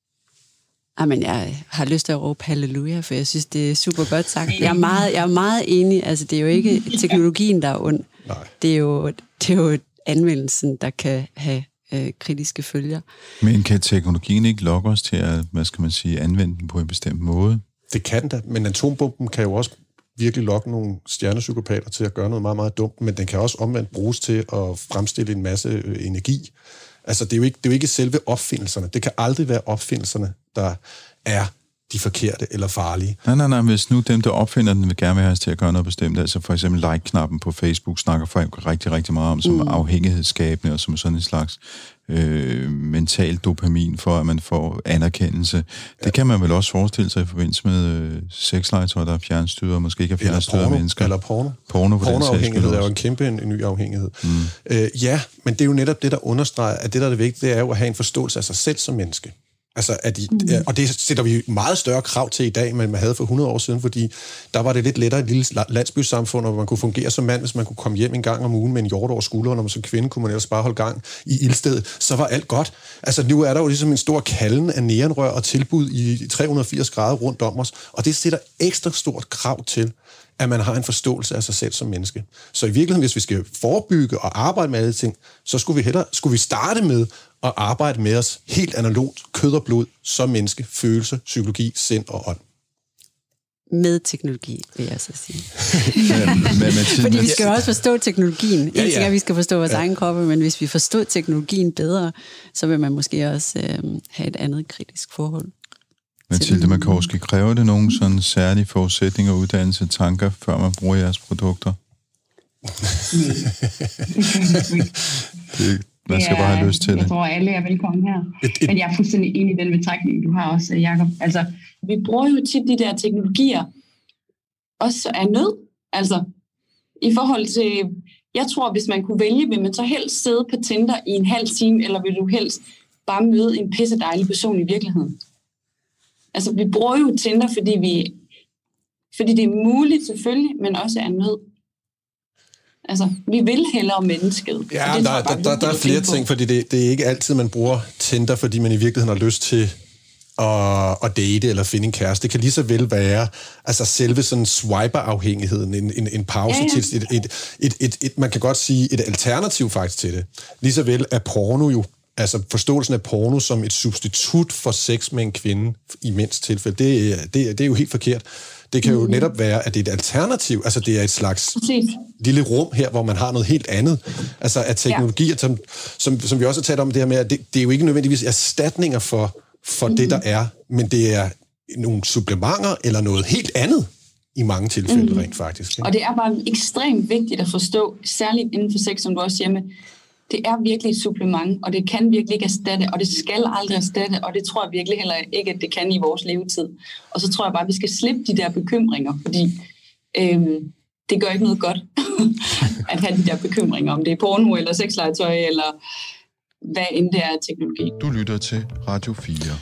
Jamen, jeg har lyst til at råbe halleluja, for jeg synes, det er super godt sagt. Jeg er meget, jeg er meget enig. Altså, det er jo ikke teknologien, der er ond. Nej. Det er jo, det er jo anvendelsen, der kan have øh, kritiske følger. Men kan teknologien ikke lokke os til at, hvad skal man sige, anvende den på en bestemt måde? Det kan den da, men atombomben kan jo også virkelig lokke nogle stjernepsykopater til at gøre noget meget, meget dumt, men den kan også omvendt bruges til at fremstille en masse øh, energi. Altså, det er, jo ikke, det er jo ikke selve opfindelserne. Det kan aldrig være opfindelserne, der er de forkerte eller farlige. Nej, nej, nej. Hvis nu dem, der opfinder den, vil gerne have os til at gøre noget bestemt, altså for eksempel like-knappen på Facebook, snakker folk rigtig, rigtig meget om, som mm. afhængighedsskabende og som sådan en slags øh, mental dopamin for, at man får anerkendelse. Ja. Det kan man vel også forestille sig i forbindelse med øh, sexlegetøj, der er fjernstyret og måske ikke er fjernstyret af mennesker. Eller porno. Porno, Pornoafhængighed er jo en kæmpe en, en ny afhængighed. Mm. Øh, ja, men det er jo netop det, der understreger, at det, der er det vigtige, det er jo at have en forståelse af sig selv som menneske. Altså, at de, mm. og det sætter vi meget større krav til i dag, end man havde for hundrede år siden, fordi der var det lidt lettere i et lille landsbysamfund, hvor man kunne fungere som mand, hvis man kunne komme hjem en gang om ugen med en hjort over skulderen, og som kvinde kunne man ellers bare holde gang i ildstedet, så var alt godt. Altså, nu er der jo ligesom en stor kalden af neonrør og tilbud i tre hundrede og firs grader rundt om os, og det sætter ekstra stort krav til, at man har en forståelse af sig selv som menneske. Så i virkeligheden, hvis vi skal forebygge og arbejde med alle ting, så skulle vi hellere, skulle vi starte med at arbejde med os helt analogt, kød og blod, som menneske, følelse, psykologi, sind og ånd. Med teknologi, vil jeg så sige. men, men, men, Fordi vi skal jo også forstå teknologien. En ja, ja. ting er, at vi skal forstå vores ja. egen kroppe, men hvis vi forstår teknologien bedre, så vil man måske også øh, have et andet kritisk forhold. Mathilde Markowski, kræver det nogen sådan særlige forudsætninger, uddannelse, tanker, før man bruger jeres produkter? det, man skal ja, bare have lyst til jeg det. Jeg tror, alle er velkommen her. Et, et, Men jeg er fuldstændig enig i den betragtning, du har også, Jacob. Altså, vi bruger jo tit de der teknologier også af nød. Altså, i forhold til, jeg tror, hvis man kunne vælge, vil man så helst sidde på Tinder i en halv time, eller vil du helst bare møde en pissedejlig person i virkeligheden? Altså, vi bruger jo Tinder, fordi, vi, fordi det er muligt selvfølgelig, men også er nød. Altså, vi vil hellere mennesket. Ja, der, der, der, der, der er flere ting, fordi det, det er ikke altid, man bruger Tinder, fordi man i virkeligheden har lyst til at, at date eller finde en kæreste. Det kan lige så vel være altså selve sådan swiper-afhængigheden, en, en, en pause ja, ja. til et, et, et, et, et, man kan godt sige, et alternativ faktisk til det. Lige så vel er porno jo, altså forståelsen af porno som et substitut for sex med en kvinde i mindst tilfælde, det, det, det er jo helt forkert. Det kan jo netop være, at det er et alternativ, altså det er et slags Præcis. lille rum her, hvor man har noget helt andet. Altså at teknologier, ja. som, som, som vi også har talt om det her med, at det, det er jo ikke nødvendigvis erstatninger for, for mm-hmm. det, der er, men det er nogle supplementer eller noget helt andet i mange tilfælde mm-hmm. rent faktisk. Ikke? Og det er bare ekstremt vigtigt at forstå, særligt inden for sex, som du også siger med, det er virkelig et supplement, og det kan virkelig ikke erstatte, og det skal aldrig erstatte, og det tror jeg virkelig heller ikke, at det kan i vores levetid. Og så tror jeg bare, at vi skal slippe de der bekymringer, fordi øhm, det gør ikke noget godt at have de der bekymringer, om det er porno eller sexlegetøj, eller hvad end det er teknologi. Du lytter til Radio fire.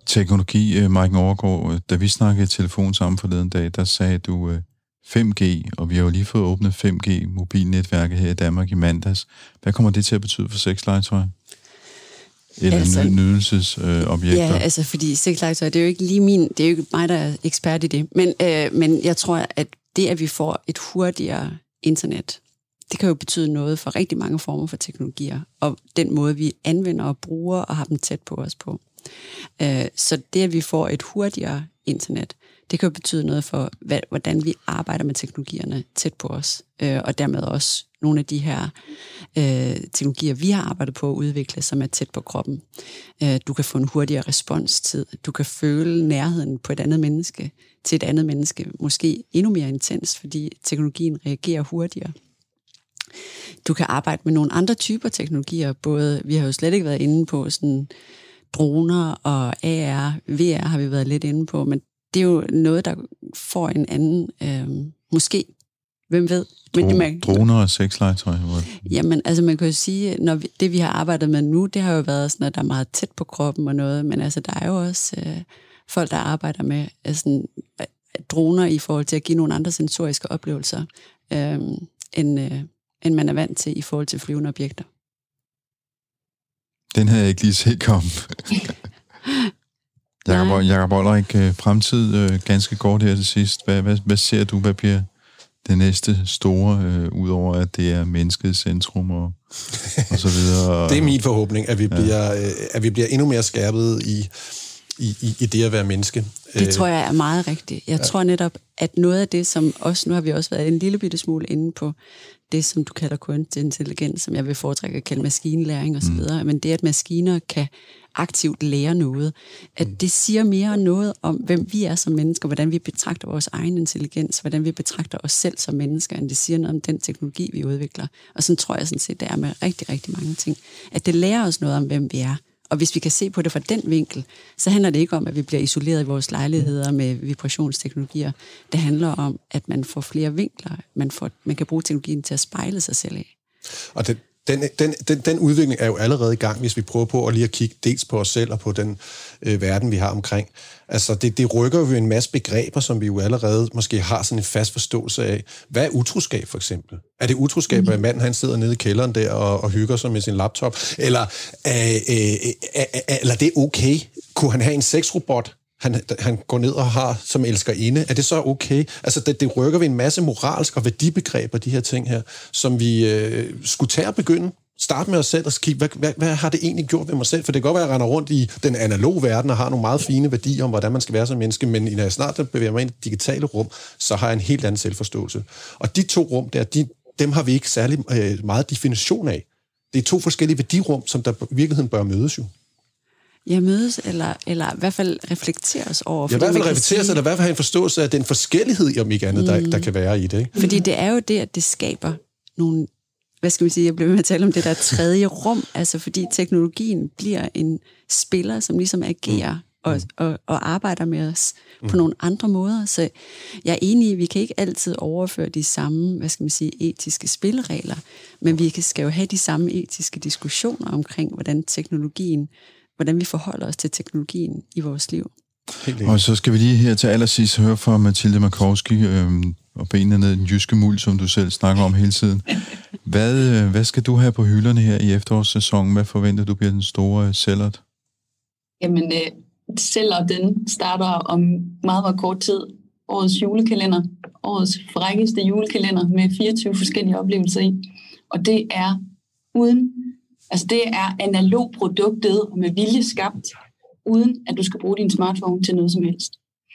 Teknologi, Maiken Overgaard, da vi snakkede i telefon sammen forleden dag, der sagde du fem G, og vi har jo lige fået åbnet fem G mobilnetværket her i Danmark i mandags. Hvad kommer det til at betyde for sexlegetøj? Eller altså, nydelsesobjekter? Ja, altså fordi sexlegetøj, det er jo ikke lige min, det er jo ikke mig, der er ekspert i det, men, øh, men jeg tror, at det, at vi får et hurtigere internet, det kan jo betyde noget for rigtig mange former for teknologier, og den måde, vi anvender og bruger og har dem tæt på os på. Øh, så det, at vi får et hurtigere internet, det kan jo betyde noget for, hvad, hvordan vi arbejder med teknologierne tæt på os, øh, og dermed også nogle af de her øh, teknologier, vi har arbejdet på at udvikle, som er tæt på kroppen. Øh, du kan få en hurtigere responstid, du kan føle nærheden på et andet menneske til et andet menneske, måske endnu mere intens, fordi teknologien reagerer hurtigere. Du kan arbejde med nogle andre typer teknologier, både, vi har jo slet ikke været inde på sådan droner og A R, V R har vi været lidt inde på, men det er jo noget, der får en anden, øh, måske, hvem ved? Dro- men man, droner og sexlegetøj? Jamen, altså man kan jo sige, når vi, det vi har arbejdet med nu, det har jo været sådan noget, der er meget tæt på kroppen og noget, men altså der er jo også øh, folk, der arbejder med altså, droner i forhold til at give nogle andre sensoriske oplevelser, øh, end, øh, end man er vant til i forhold til flyvende objekter. Den havde jeg ikke lige set komme. Jakob, Jakob Olrik, fremtid ganske kort her til sidst. Hvad, hvad, hvad ser du, hvad bliver det næste store, øh, udover at det er menneskets centrum og, og så videre? Det er min forhåbning, at vi, ja. bliver, øh, at vi bliver endnu mere skærpet i, i, i, i det at være menneske. Det tror jeg er meget rigtigt. Jeg ja. tror netop, at noget af det, som også, nu har vi også været en lille bitte smule inde på, det, som du kalder kunstig intelligens, som jeg vil foretrække at kalde maskinlæring osv., mm. men det, at maskiner kan aktivt lære noget, at det siger mere noget om, hvem vi er som mennesker, hvordan vi betragter vores egen intelligens, hvordan vi betragter os selv som mennesker, end det siger noget om den teknologi, vi udvikler. Og sådan tror jeg sådan set, det er med rigtig, rigtig mange ting. At det lærer os noget om, hvem vi er. Og hvis vi kan se på det fra den vinkel, så handler det ikke om, at vi bliver isoleret i vores lejligheder med vibrationsteknologier. Det handler om, at man får flere vinkler. Man, får, man kan bruge teknologien til at spejle sig selv af. Og det, den, den, den, den udvikling er jo allerede i gang, hvis vi prøver på at lige at kigge dels på os selv og på den øh, verden, vi har omkring. Altså, det, det rykker jo en masse begreber, som vi jo allerede måske har sådan en fast forståelse af. Hvad er utroskab, for eksempel? Er det utroskab, mm. at manden han sidder nede i kælderen der og, og hygger sig med sin laptop? Eller, øh, øh, øh, øh, eller det er okay? Kunne han have en sexrobot, han, han går ned og har som elskerinde? Er det så okay? Altså, det, det rykker vi en masse moralsk og værdibegreber, de her ting her, som vi øh, skulle tage og begynde. Start med os selv og kigge, hvad, hvad, hvad har det egentlig gjort ved mig selv? For det kan godt være, at jeg render rundt i den analoge verden og har nogle meget fine værdier om, hvordan man skal være som menneske, men når jeg snart bevæger mig ind i det digitale rum, så har jeg en helt anden selvforståelse. Og de to rum der, de, dem har vi ikke særlig øh, meget definition af. Det er to forskellige værdirum, som der i virkeligheden bør mødes jo. Ja, mødes, eller, eller i hvert fald reflekteres over. Ja, i hvert fald reflekteres, sige... eller i hvert fald have en forståelse af den forskellighed, om ikke andet, mm. der, der kan være i det. Ikke? Fordi det er jo det, at det skaber nogle, hvad skal vi sige, jeg bliver med at tale om det der tredje rum, altså fordi teknologien bliver en spiller, som ligesom agerer mm. og, og, og arbejder med os mm. på nogle andre måder. Så jeg er enig i, at vi kan ikke altid overføre de samme, hvad skal man sige, etiske spilleregler, men vi skal jo have de samme etiske diskussioner omkring, hvordan teknologien hvordan vi forholder os til teknologien i vores liv. Og så skal vi lige her til allersidst høre fra Mathilde Markowski øh, og benene ned i den jyske muld, som du selv snakker om hele tiden. Hvad, øh, hvad skal du have på hylderne her i efterårssæsonen? Hvad forventer du bliver den store sælgert? Jamen, øh, sælger den starter om meget, meget kort tid. Årets julekalender. Årets frækkeste julekalender med fireogtyve forskellige oplevelser i. Og det er uden Altså det er analog produktet og med vilje skabt, uden at du skal bruge din smartphone til noget som helst.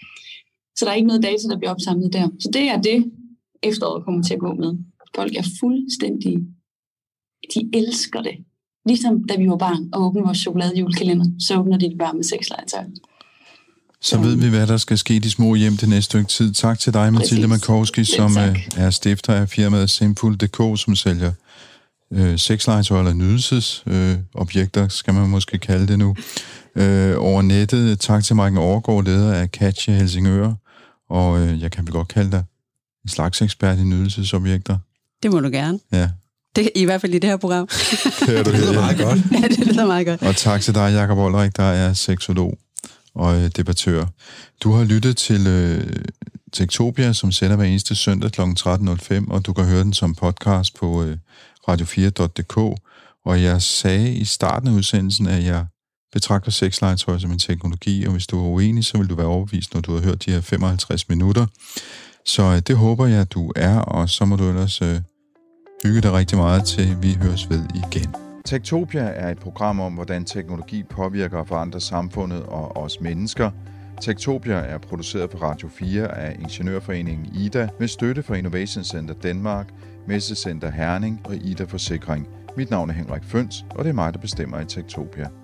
Så der er ikke noget data, der bliver opsamlet der. Så det er det, efteråret kommer til at gå med. Folk er fuldstændig, de elsker det. Ligesom da vi var barn og åbnede vores chokolade-julekalender, så åbner de det bare med sexlegetøj. Så ved vi, hvad der skal ske i de små hjem det næste stykke tid. Tak til dig, Mathilde Markowski, som er stifter af firmaet Simful punktum d k, som sælger Øh, sexlegetøj eller nydelsesobjekter, øh, skal man måske kalde det nu, øh, over nettet. Tak til Maiken Overgaard, leder af Catch Helsingør, og øh, jeg kan vel godt kalde dig en slags ekspert i nydelsesobjekter. Det må du gerne. Ja. Det, I hvert fald i det her program. Det, er du det lyder meget godt. Ja, det lyder meget godt. Og tak til dig, Jakob Olrik, der er seksolog og øh, debattør. Du har lyttet til øh, Techtopia, som sender hver eneste søndag kl. tretten nul fem, og du kan høre den som podcast på øh, radio fire punktum d k. Og jeg sagde i starten af udsendelsen, at jeg betragter sexlegetøj som en teknologi, og hvis du er uenig, så vil du være overbevist, når du har hørt de her femoghalvtreds minutter. Så øh, det håber jeg, du er, og så må du ellers øh, hygge dig rigtig meget, til vi høres ved igen. Techtopia er et program om, hvordan teknologi påvirker og forandrer samfundet og os mennesker. Techtopia er produceret på Radio fire af Ingeniørforeningen I D A med støtte fra Innovation Center Danmark, Messecenter Herning og I D A Forsikring. Mit navn er Henrik Føns, og det er mig, der bestemmer i Techtopia.